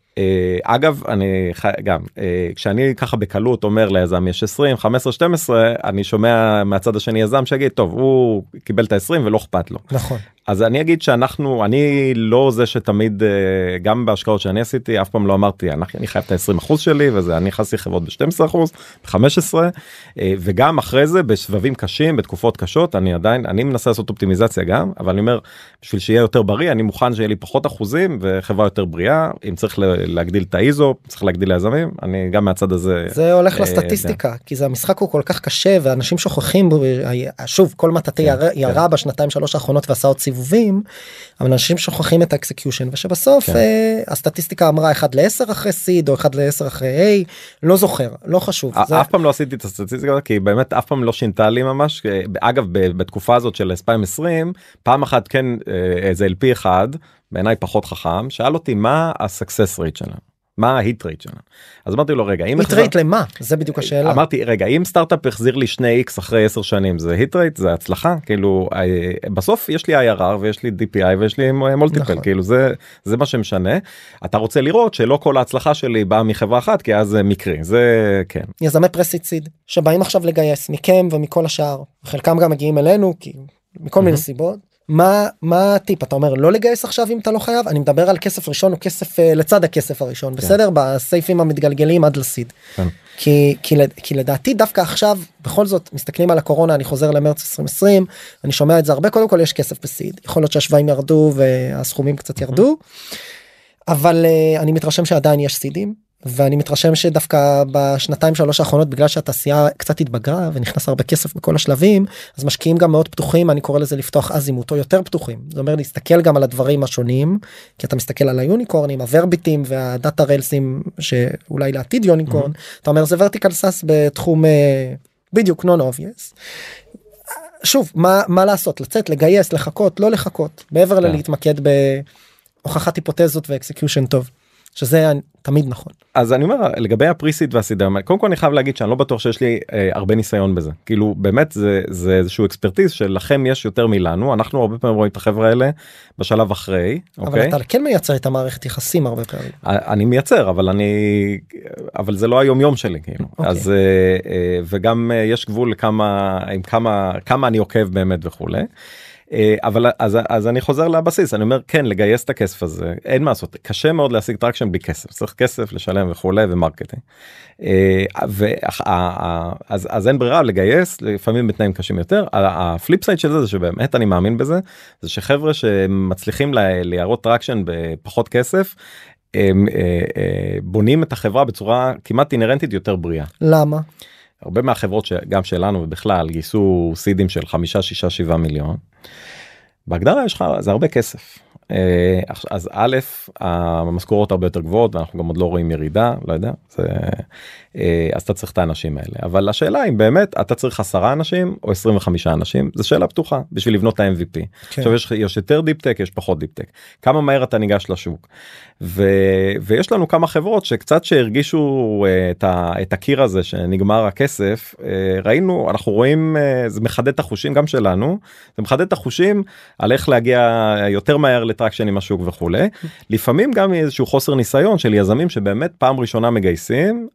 אגב אני גם כשאני ככה בקלות אומר ליזם יש עשרים חמש עשרה שתים עשרה אני שומע מהצד השני יזם שיגיד טוב הוא קיבל את ה-עשרים ולא אכפת לו. נכון. אז אני אגיד שאנחנו אני לא זה שתמיד גם בהשקעות שאני עשיתי אף פעם לא אמרתי אני, אני חייב את ה-עשרים אחוז שלי וזה אני נכנסתי חברות ב-שנים עשר אחוז ב-חמש עשרה וגם אחרי זה בסבבים קשים בתקופות קשות אני עדיין אני מנסה לעשות אופטימיזציה גם אבל אני אומר בשביל שיהיה יותר בריא אני מוכן שיהיה לי פחות אחוזים וחברה יותר בריאה אם צריך להגדיל את האיזו צריך להגדיל ליזמים אני גם מהצד הזה זה הולך לסטטיסטיקה כי זה המשחק הוא כל כך קשה ואנשים שוכחים שוב כל מטאטי ירה בשנתיים שלוש האחרונות ועשה עוד סיבובים אבל אנשים שוכחים את האקסקיושן ושבסוף הסטטיסטיקה אמרה אחד לעשר אחרי סיד או אחד לעשר אחרי A לא זוכר לא חשוב אף פעם לא עשיתי את הסטטיסטיקה כי באמת אף פעם לא שינתה לי ממש אגב בתקופה הזאת של אלפיים ועשרים פעם אחת כן איזה אל פי אחד בעיניי פחות חכם, שאל אותי מה ה-success rate שלנו, מה ה-hit rate שלנו. אז אמרתי לו רגע, אם... hit rate למה? זה בדיוק השאלה. אמרתי רגע, אם סטארט-אפ החזיר לי שני איקס אחרי עשר שנים, זה hit rate, זה הצלחה, כאילו, בסוף יש לי איי אר אר ויש לי די פי איי ויש לי מולטיפל, כאילו זה, זה מה שמשנה. אתה רוצה לראות שלא כל ההצלחה שלי באה מחברה אחת, כי אז זה מקרי, זה כן. יזמי פרסיד סיד, שבאים עכשיו לגייס מכם ומכל השאר, חלקם גם מגיעים אלינו, כי מכל מיני סיבות. מה מה הטיפ אתה אומר לא לגייס עכשיו אם אתה לא חייב אני מדבר על כסף ראשון או כסף לצד הכסף הראשון בסדר בסייפים המתגלגלים עד לסיד כי כי לדעתי דווקא עכשיו בכל זאת מסתכלים על הקורונה אני חוזר למרץ עשרים עשרים אני שומע את זה הרבה קודם כל יש כסף בסיד יכול להיות שהשווים ירדו והסכומים קצת ירדו אבל אני מתרשם שעדיין יש סידים ואני מתרשם שדווקא בשנתיים שלוש האחרונות בגלל שהתעשייה קצת התבגרה ונכנס הרבה כסף בכל השלבים אז משקיעים גם מאוד פתוחים אני קורא לזה לפתוח אזימוט או יותר פתוחים זה אומר להסתכל גם על הדברים השונים כי אתה מסתכל על היוניקורנים הוורביטים והדאטה ריילסים שאולי לעתיד יוניקורן mm-hmm. אתה אומר זה ורטיקל סאס בתחום בדיוק non obvious שוב מה מה לעשות לצאת לגייס לחכות לא לחכות מעבר ללהתמקד בהוכחת היפותזות ואקסקיושן טוב. שזה תמיד נכון. אז אני אומר לגבי הפריסיד והסידה קודם כל אני חייב להגיד שאני לא בטוח שיש לי אה, הרבה ניסיון בזה כאילו באמת זה זה איזשהו אקספרטיז שלכם יש יותר מילנו אנחנו הרבה פעמים רואים את החברה האלה בשלב אחרי. אבל אוקיי? אתה כן מייצר את המערכת יחסים הרבה פעמים. אני מייצר אבל אני אבל זה לא היום יום שלי כאילו אוקיי. אז אה, אה, וגם אה, יש גבול כמה עם כמה כמה אני עוקב באמת וכולי. אבל אז אז אני חוזר לבסיס אני אומר כן לגייס את הכסף הזה אין מה לעשות קשה מאוד להשיג טרקשן בלי כסף צריך כסף לשלם וכולי ומרקטינג אז אז אין ברירה לגייס לפעמים בתנאים קשים יותר הפליפ סייד של זה זה שבאמת אני מאמין בזה זה שחבר'ה שמצליחים להראות טרקשן בפחות כסף הם בונים את החברה בצורה כמעט אינרנטית יותר בריאה. למה? הרבה מהחברות שגם שלנו ובכלל גייסו סידים של חמישה, שישה, שבעה מיליון. בהגדרה יש לך, זה הרבה כסף. אז א', המשכורות הרבה יותר גבוהות ואנחנו גם עוד לא רואים ירידה, לא יודע, זה, אז אתה צריך את האנשים האלה. אבל השאלה אם באמת אתה צריך עשרה אנשים או עשרים וחמישה אנשים, זו שאלה פתוחה בשביל לבנות את ה-אם וי פי. כן. עכשיו יש, יש יותר דיפ-טק, יש פחות דיפ-טק. כמה מהר אתה ניגש לשוק. ו, ויש לנו כמה חברות שקצת שהרגישו את, ה, את הקיר הזה שנגמר הכסף, ראינו, אנחנו רואים, זה מחדד את החושים גם שלנו, זה מחדד את החושים על איך להגיע יותר מהר לטרקשן עם השוק וכולי. לפעמים גם איזשהו חוסר ניסיון של יזמים שבאמת פעם ראשונה מגייסים,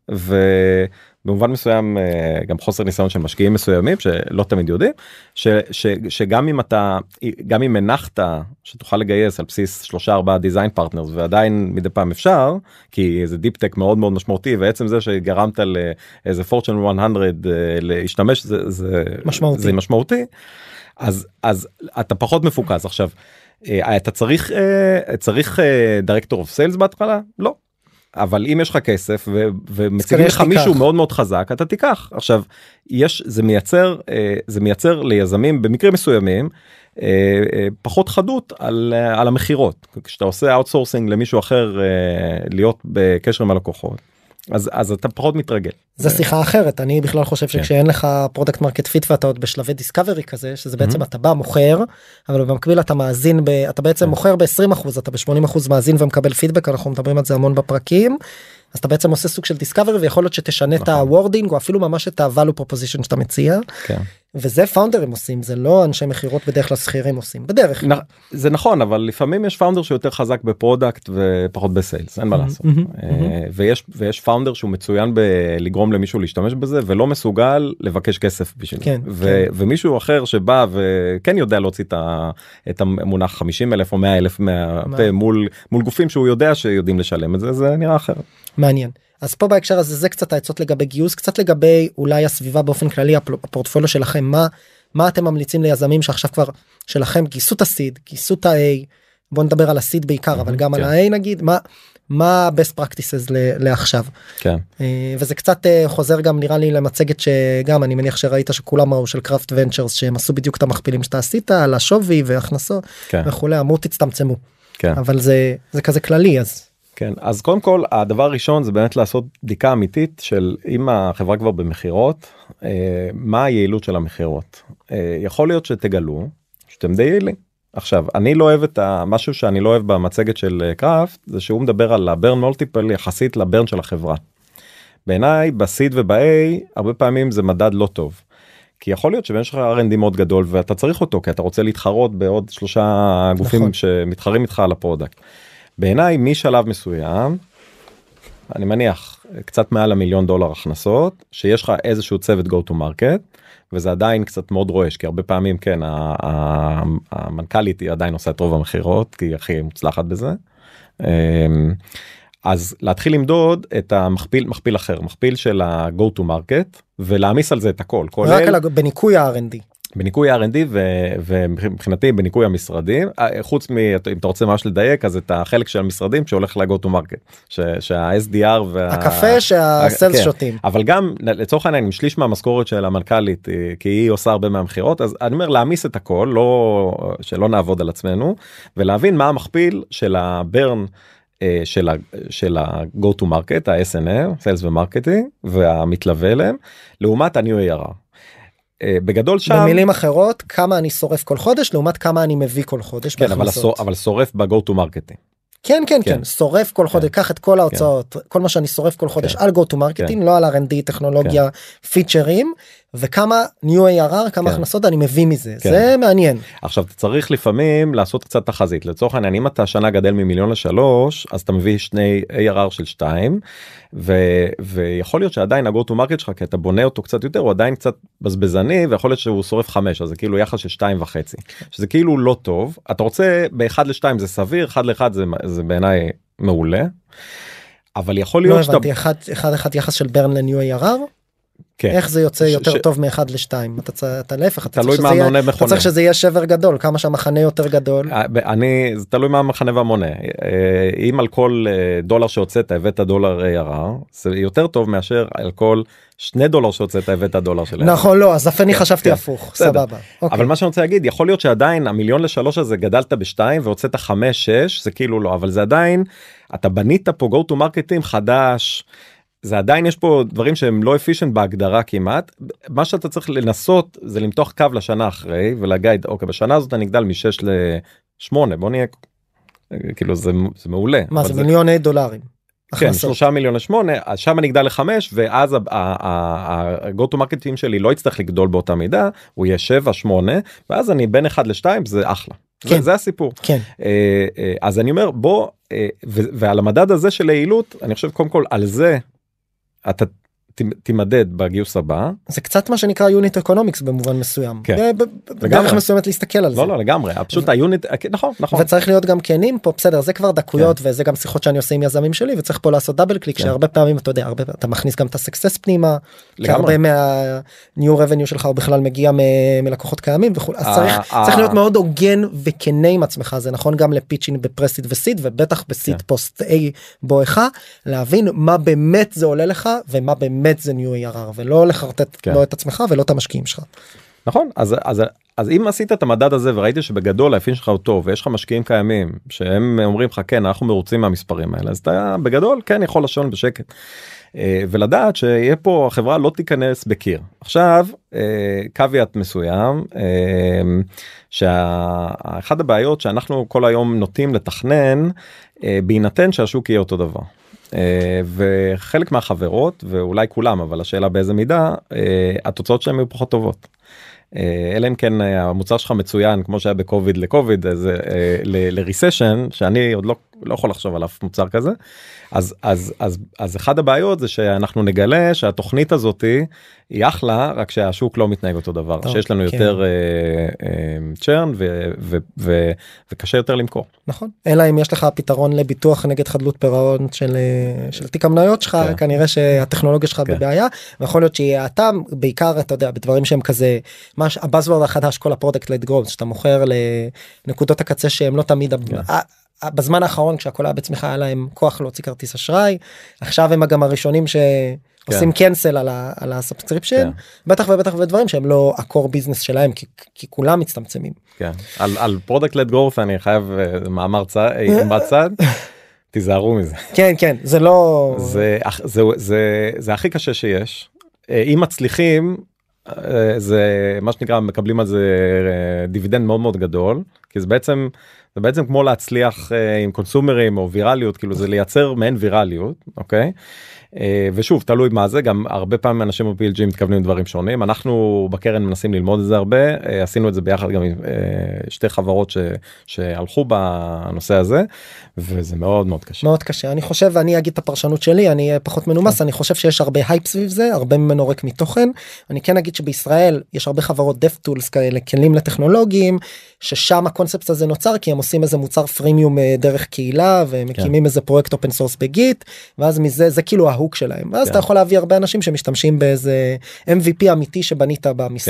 ובמובן מסוים גם חוסר ניסיון של משקיעים מסוימים שלא תמיד יודעים, ש, ש, שגם אם אתה, גם אם הנחת שתוכל לגייס על בסיס שלושה ארבעה דיזיין פרטנרס, ועדיין מדי פעם אפשר, כי זה דיפ-טק מאוד מאוד משמעותי, ועצם זה שגרמת לאיזה פורצ'ן מאה להשתמש, זה, זה משמעותי. זה משמעותי. אז, אז אתה פחות מפוקס. עכשיו, אתה צריך, צריך דירקטור אוף סיילס בהתחלה? לא. אבל אם יש לך כסף ומציגים לך מישהו מאוד מאוד חזק, אתה תיקח. עכשיו, יש, זה מייצר, זה מייצר ליזמים במקרים מסוימים, פחות חדות על, על המחירות. כשאתה עושה אאוטסורסינג למישהו אחר להיות בקשר עם הלקוחות. אז, אז אתה פחות מתרגל. זה שיחה אחרת. אני בכלל חושב שכשאין לך פרודקט מרקט פיט ואתה עוד בשלבי דיסקאברי כזה, שזה בעצם אתה בא מוכר, אבל במקביל אתה מאזין, אתה בעצם מוכר ב-עשרים אחוז, אתה ב-שמונים אחוז מאזין ומקבל פידבק, אנחנו מדברים על זה המון בפרקים, אז אתה בעצם עושה סוג של דיסקאברי, ויכול להיות שתשנה את הוורדינג, או אפילו ממש את ה-value proposition שאתה מציע, וזה פאונדרים עושים, זה לא אנשי מחירות בדרך כלל שכירים עושים, בדרך. זה נכון, אבל לפעמים יש פאונדר שיותר חזק בפרודקט ופחות בסיילס, אין מה לעשות. ויש, ויש פאונדר שהוא מצוין בלגרום למישהו להשתמש בזה, ולא מסוגל לבקש כסף בשביל. ומישהו אחר שבא וכן יודע להוציא את המונח חמישים אלף או מאה אלף מול גופים שהוא יודע שיודעים לשלם את זה, זה נראה אחרת. מעניין. אז פה בהקשר הזה זה קצת העצות לגבי גיוס, קצת לגבי אולי הסביבה באופן כללי, הפורטפוליו שלכם, מה, מה אתם ממליצים ליזמים שעכשיו כבר שלכם גייסו את הסיד, גייסו את ה-A, בוא נדבר על הסיד בעיקר, אבל גם על ה-A נגיד, מה, מה best practices לעכשיו. כן. וזה קצת חוזר גם נראה לי למצגת שגם אני מניח שראית שכולם ראו של קראפט ונצ'רס, שהם עשו בדיוק את המכפילים שאתה עשית, על השווי והכנסות וכולי, אמרו תצטמצמו. כן. אבל זה, זה כזה כללי, אז... כן, אז קודם כל הדבר הראשון זה באמת לעשות בדיקה אמיתית של אם החברה כבר במחירות, אה, מה היעילות של המחירות. אה, יכול להיות שתגלו שאתם די יעילים. עכשיו, אני לא אוהב את המשהו שאני לא אוהב במצגת של קראפט, זה שהוא מדבר על הברן מולטיפל יחסית לברן של החברה. בעיניי, בסיד וב-A, הרבה פעמים זה מדד לא טוב. כי יכול להיות שיש לך אר אנד די מאוד גדול ואתה צריך אותו, כי אתה רוצה להתחרות בעוד שלושה גופים נכון. שמתחרים איתך על הפרודקט. בעיניי משלב מסוים, אני מניח קצת מעל המיליון דולר הכנסות, שיש לך איזשהו צוות go to market, וזה עדיין קצת מאוד רועש, כי הרבה פעמים כן, המנכ"לית היא עדיין עושה את רוב המחירות, כי היא הכי מוצלחת בזה. אז להתחיל למדוד את המכפיל, מכפיל אחר, מכפיל של ה-go to market, ולהעמיס על זה את הכל. רק על בניקוי ה-אר אנד די. בניקוי אר אנד די ומבחינתי בניקוי המשרדים, חוץ מ, אם אתה רוצה ממש לדייק, אז את החלק של המשרדים שהולך ל-go to market, שה-אס די אר וה... הקפה שהסלס שותים. אבל גם לצורך העניין, עם שליש מהמשכורת של המנכ"לית, כי היא עושה הרבה מהמחירות, אז אני אומר להעמיס את הכל, לא, שלא נעבוד על עצמנו, ולהבין מה המכפיל של הברן, של ה, של ה-go to market, ה-אס אן אר, Sales ומרקטינג, והמתלווה אליהם, לעומת ה-New איי אר אר. בגדול שם במילים אחרות כמה אני שורף כל חודש לעומת כמה אני מביא כל חודש. כן, אבל, הסור, אבל שורף בגו טו מרקטינג. כן כן כן, כן. שורף כל חודש, קח את כל ההוצאות, כל מה שאני שורף כל חודש על go to marketing, לא על אר אנד די, טכנולוגיה, פיצ'רים, וכמה ניו איי אר אר, כמה הכנסות אני מביא מזה, זה מעניין. עכשיו אתה צריך לפעמים לעשות קצת תחזית, לצורך העניין אם אתה שנה גדל ממיליון לשלוש, אז אתה מביא שני איי אר אר של שתיים, ויכול להיות שעדיין ה-go to market שלך, כי אתה בונה אותו קצת יותר, הוא עדיין קצת בזבזני, ויכול להיות שהוא שורף חמש, אז זה כאילו יחס של שתיים וחצי, שזה כאילו לא טוב, אתה רוצה באחד לשתיים זה סביר, אחד לאחד זה, זה בעיניי מעולה, אבל יכול להיות לא הבנתי, אחד אחד יחס של ברן לניו איי אר אר? כן. איך זה יוצא ש- יותר ש- טוב מאחד לשתיים? אתה, אתה להפך, אתה תלוי צריך מה שזה יהיה- המונה אתה מכונה. צריך שזה יהיה שבר גדול, כמה שהמחנה יותר גדול. אני, זה תלוי מה המחנה והמונה. אה, אם על כל אה, דולר שהוצאת הבאת דולר איי אר אר, זה יותר טוב מאשר על כל שני דולר שהוצאת הבאת דולר של איי אר אר. נכון, לא, אז אף אני כן, חשבתי כן. הפוך, בסדר. סבבה. אוקיי. אבל מה שאני רוצה להגיד, יכול להיות שעדיין המיליון לשלוש הזה גדלת בשתיים והוצאת חמש, שש, זה כאילו לא, אבל זה עדיין, אתה בנית פה go to marketing חדש, זה עדיין יש פה דברים שהם לא efficient בהגדרה כמעט, מה שאתה צריך לנסות זה למתוח קו לשנה אחרי ולהגיד, אוקיי, בשנה הזאת אני נגדל משש לשמונה, בוא נהיה, כאילו זה, זה מעולה. מה אבל זה מיליוני דולרים? כן, הכנסות. שלושה מיליון לשמונה, אז שם אני אגדל לחמש, ואז ה-go to marketing שלי לא יצטרך לגדול באותה מידה, הוא יהיה שבע, שמונה, ואז אני בין אחד לשתיים, זה אחלה. כן. זה, זה הסיפור. כן. אה, אה, אז אני אומר, בוא, אה, ו- ועל המדד הזה של היעילות, אני חושב קודם כל על זה, אתה ת- תימדד בגיוס הבא. זה קצת מה שנקרא יוניט אקונומיקס במובן מסוים. כן. ב- ב- בדרך מסוימת להסתכל על זה. לא, לא, לגמרי, פשוט היוניט, נכון, נכון. וצריך להיות גם כנים פה, בסדר, זה כבר דקויות וזה גם שיחות שאני עושה עם יזמים שלי, וצריך פה לעשות דאבל קליק, שהרבה פעמים אתה יודע, הרבה, אתה מכניס גם את הסקסס פנימה, כי הרבה מה-new revenue שלך הוא בכלל מגיע מ- מלקוחות קיימים וכו', אז צריך, צריך להיות מאוד הוגן וכנה עם עצמך, זה נכון גם לפיצ'ינג בפרסיד וסיד, ובטח בסיד פוסט A בואכה, להבין מה באמת זה עולה לך, ומה באמת זה ניו איי אר אר, ולא לחרטט לא את עצמך ולא את המשקיעים שלך. נכון, אז, אז, אז אם עשית את המדד הזה וראית שבגדול האפיין שלך הוא טוב ויש לך משקיעים קיימים שהם אומרים לך כן אנחנו מרוצים מהמספרים האלה, אז אתה בגדול כן יכול לשון בשקט ולדעת שיהיה פה החברה לא תיכנס בקיר. עכשיו קוויאט מסוים שאחד הבעיות שאנחנו כל היום נוטים לתכנן בהינתן שהשוק יהיה אותו דבר. וחלק מהחברות ואולי כולם אבל השאלה באיזה מידה התוצאות שלהם יהיו פחות טובות. אלא אם כן המוצר שלך מצוין כמו שהיה בקוביד לקוביד איזה לריסשן שאני עוד לא לא יכול לחשוב על אף מוצר כזה. אז אז אז אז אחד הבעיות זה שאנחנו נגלה שהתוכנית הזאתי היא אחלה רק שהשוק לא מתנהג אותו דבר, שיש לנו יותר צ'רן וקשה יותר למכור. נכון, אלא אם יש לך פתרון לביטוח נגד חדלות פירעון של של תיק המניות שלך, כנראה שהטכנולוגיה שלך בבעיה, ויכול להיות שיהיה הטעם בעיקר אתה יודע בדברים שהם כזה מה הבאזוורד החדש כל הפרודקט לד גרוז שאתה מוכר לנקודות הקצה שהם לא תמיד בזמן האחרון כשהכל היה בצמיחה היה להם כוח להוציא כרטיס אשראי, עכשיו הם גם הראשונים שעושים קנסל על הסאבסקריפשן, בטח ובטח ודברים שהם לא הקור ביזנס שלהם כי כולם מצטמצמים. כן, על פרודקט לד גרוז אני חייב מאמר בצד, תיזהרו מזה. כן כן זה לא זה הכי קשה שיש, אם מצליחים זה מה שנקרא מקבלים על זה דיבידנד מאוד מאוד גדול, כי זה בעצם זה בעצם כמו להצליח עם קונסומרים או ויראליות, כאילו זה לייצר מעין ויראליות, אוקיי? ושוב, תלוי מה זה, גם הרבה פעמים אנשים ב-פי אל ג'י מתכוונים לדברים שונים, אנחנו בקרן מנסים ללמוד את זה הרבה, עשינו את זה ביחד גם עם שתי חברות ש, שהלכו בנושא הזה, וזה מאוד מאוד קשה. מאוד קשה, אני חושב, ואני אגיד את הפרשנות שלי, אני פחות מנומס, אני חושב שיש הרבה הייפ סביב זה, הרבה ממנו ריק מתוכן, אני כן אגיד שבישראל יש הרבה חברות DevTools כאלה, כלים לטכנולוגיים, ששם הקונספט הזה נוצר, כי הם עושים איזה מוצר פרימיום דרך קהילה, ומקימים איזה פרויקט אופן סורס בגיט, ואז מזה, זה כאילו ההוק שלהם. ואז אתה יכול להביא הרבה אנשים שמשתמשים באיזה אם וי פי אמיתי שבנית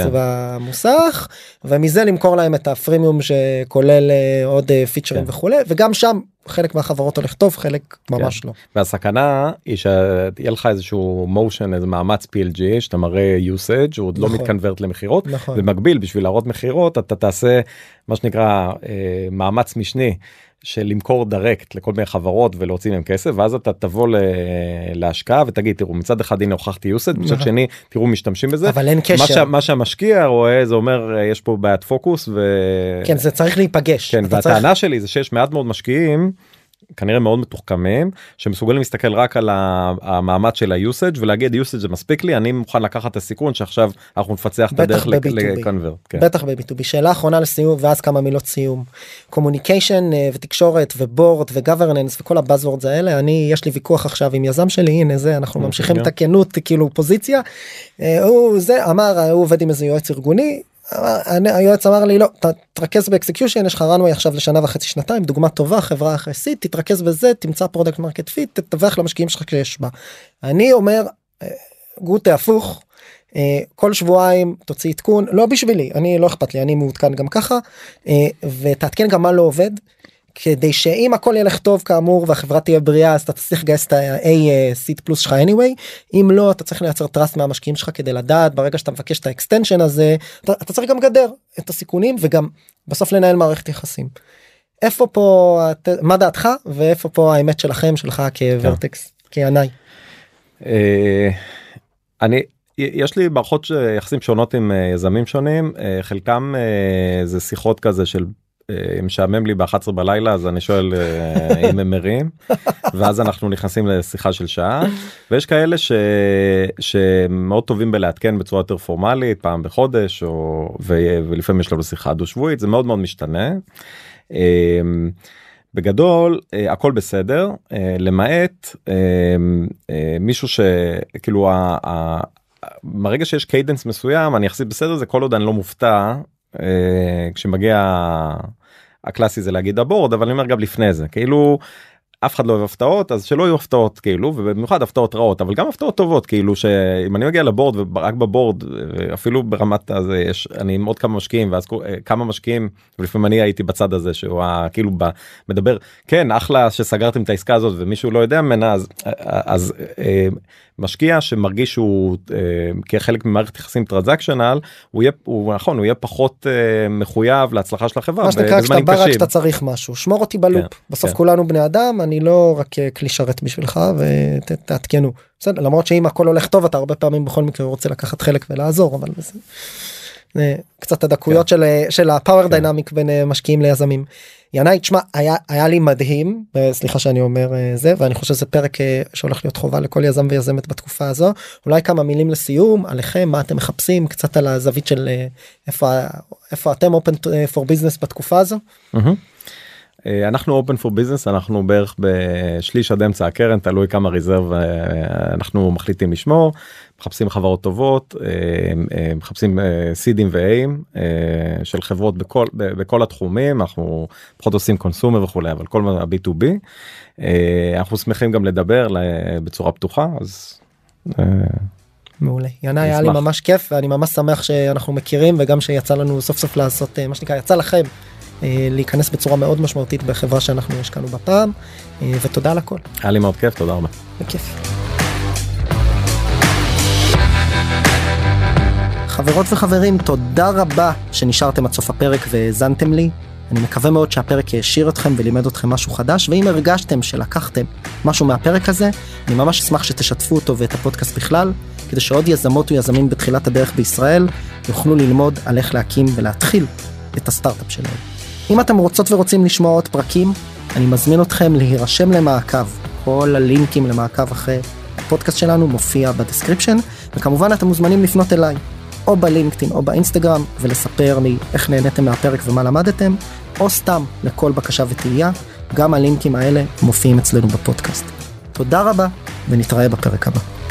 במוסך, ומזה למכור להם את הפרימיום שכולל עוד פיצ'רים וכולי, וגם שם חלק מהחברות הולך טוב, חלק ממש לא. והסכנה היא שיהיה לך איזשהו מושן, איזה מאמץ פי אל ג'י, שאתה מראה usage, הוא עוד לא מתקנברט למחירות, במקביל בשביל להראות מחירות, אתה תעשה מה שנקרא מאמץ משני, של למכור דרקט לכל מיני חברות ולהוציא מהם כסף, ואז אתה תבוא להשקעה ותגיד, תראו, מצד אחד הנה הוכחתי usage, מצד שני, תראו, משתמשים בזה. אבל אין קשר. מה שהמשקיע רואה, זה אומר, יש פה בעיית פוקוס, ו... כן, זה צריך להיפגש. כן, והטענה שלי זה שיש מעט מאוד משקיעים, כנראה מאוד מתוחכמים, שמסוגלים להסתכל רק על המאמץ של ה-usage, ולהגיד, usage זה מספיק לי, אני מוכן לקחת את הסיכון, שעכשיו אנחנו נפצח את הדרך לקונברט. בטח ב-בי טו בי. שאלה אחרונה לסיום, ואז כמה מילות סיום. קומוניקיישן ותקשורת ובורד וגוורננס וכל הבאזוורדס האלה, אני, יש לי ויכוח עכשיו עם יזם שלי, הנה זה, אנחנו ממשיכים את הכנות, כאילו פוזיציה. הוא זה, אמר, הוא עובד עם איזה יועץ ארגוני, היועץ אמר לי לא, תתרכז באקסקיושן, יש לך רנווי עכשיו לשנה וחצי שנתיים, דוגמה טובה, חברה הכרסית, תתרכז בזה, תמצא פרודקט מרקט פיט, תתווך למשקיעים שלך כשיש בה. אני אומר, גוטה הפוך, כל שבועיים תוציא עדכון, לא בשבילי, אני לא אכפת לי, אני מעודכן גם ככה, ותעדכן גם מה לא עובד, כדי שאם הכל ילך טוב כאמור והחברה תהיה בריאה, אז אתה צריך לגייס את ה-A-Seed פלוס שלך anyway, אם לא אתה צריך לייצר טראסט מהמשקיעים שלך כדי לדעת ברגע שאתה מבקש את האקסטנשן הזה, אתה, אתה צריך גם גדר את הסיכונים וגם בסוף לנהל מערכת יחסים. איפה פה, מה דעתך ואיפה פה האמת שלכם, שלך כוורטקס, כעיניי? אני, יש לי מערכות יחסים שונות עם יזמים שונים, חלקם זה שיחות כזה של משעמם לי ב-אחת עשרה בלילה, אז אני שואל אם הם מרים, ואז אנחנו נכנסים לשיחה של שעה, ויש כאלה ש... שמאוד טובים בלעדכן בצורה יותר פורמלית, פעם בחודש, או... ו... ולפעמים יש לנו שיחה דו-שבועית, זה מאוד מאוד משתנה. בגדול, הכל בסדר, למעט מישהו שכאילו, ברגע שיש קיידנס מסוים, אני יחסית בסדר, זה כל עוד אני לא מופתע, כשמגיע הקלאסי זה להגיד הבורד, אבל אני אומר גם לפני זה, כאילו אף אחד לא אוהב הפתעות, אז שלא יהיו הפתעות כאילו, ובמיוחד הפתעות רעות, אבל גם הפתעות טובות, כאילו שאם אני מגיע לבורד ורק בבורד, אפילו ברמת הזה, יש, אני עם עוד כמה משקיעים, ואז כמה משקיעים, ולפעמים אני הייתי בצד הזה, שהוא כאילו מדבר, כן, אחלה שסגרתם את העסקה הזאת, ומישהו לא יודע ממנה, אז, אז משקיע שמרגיש שהוא כחלק ממערכת יחסים טרנזקשנל, הוא יהיה, הוא נכון, הוא יהיה פחות מחויב להצלחה של החברה. מה שנקרא, כשאתה בא רק כשאתה צריך משהו, שמור אותי בלופ, בסוף כולנו בני אדם, אני לא רק כלי שרת בשבילך ותעדכנו. בסדר, למרות שאם הכל הולך טוב, אתה הרבה פעמים בכל מקרה רוצה לקחת חלק ולעזור, אבל זה קצת הדקויות של הפאוור דיינמיק בין משקיעים ליזמים. ינאי, תשמע, היה, היה לי מדהים, סליחה שאני אומר זה, ואני חושב שזה פרק שהולך להיות חובה לכל יזם ויזמת בתקופה הזו. אולי כמה מילים לסיום, עליכם, מה אתם מחפשים, קצת על הזווית של איפה, איפה אתם open for business בתקופה הזו? אנחנו open for business, אנחנו בערך בשליש עד אמצע הקרן, תלוי כמה ריזרב אנחנו מחליטים לשמור, מחפשים חברות טובות, מחפשים סידים ואיים של חברות בכל, בכל התחומים, אנחנו פחות עושים קונסומר וכולי, אבל כל ה-בי טו בי, אנחנו שמחים גם לדבר בצורה פתוחה, אז... מעולה. ינאי, היה לי ממש כיף, ואני ממש שמח שאנחנו מכירים, וגם שיצא לנו סוף סוף לעשות, מה שנקרא, יצא לכם, להיכנס בצורה מאוד משמעותית בחברה שאנחנו השקענו בפעם, ותודה על הכל. היה לי מאוד כיף, תודה רבה. בכיף. חברות וחברים, תודה רבה שנשארתם עד סוף הפרק והאזנתם לי. אני מקווה מאוד שהפרק ישיר אתכם ולימד אתכם משהו חדש, ואם הרגשתם שלקחתם משהו מהפרק הזה, אני ממש אשמח שתשתפו אותו ואת הפודקאסט בכלל, כדי שעוד יזמות ויזמים בתחילת הדרך בישראל יוכלו ללמוד על איך להקים ולהתחיל את הסטארט-אפ שלהם. אם אתם רוצות ורוצים לשמוע עוד פרקים, אני מזמין אתכם להירשם למעקב. כל הלינקים למעקב אחרי הפודקאסט שלנו מופיע בדסקריפשן, וכמובן אתם מוזמנים לפנות אליי, או בלינקדאין או באינסטגרם, ולספר לי איך נהניתם מהפרק ומה למדתם, או סתם לכל בקשה ותהייה, גם הלינקים האלה מופיעים אצלנו בפודקאסט. תודה רבה, ונתראה בפרק הבא.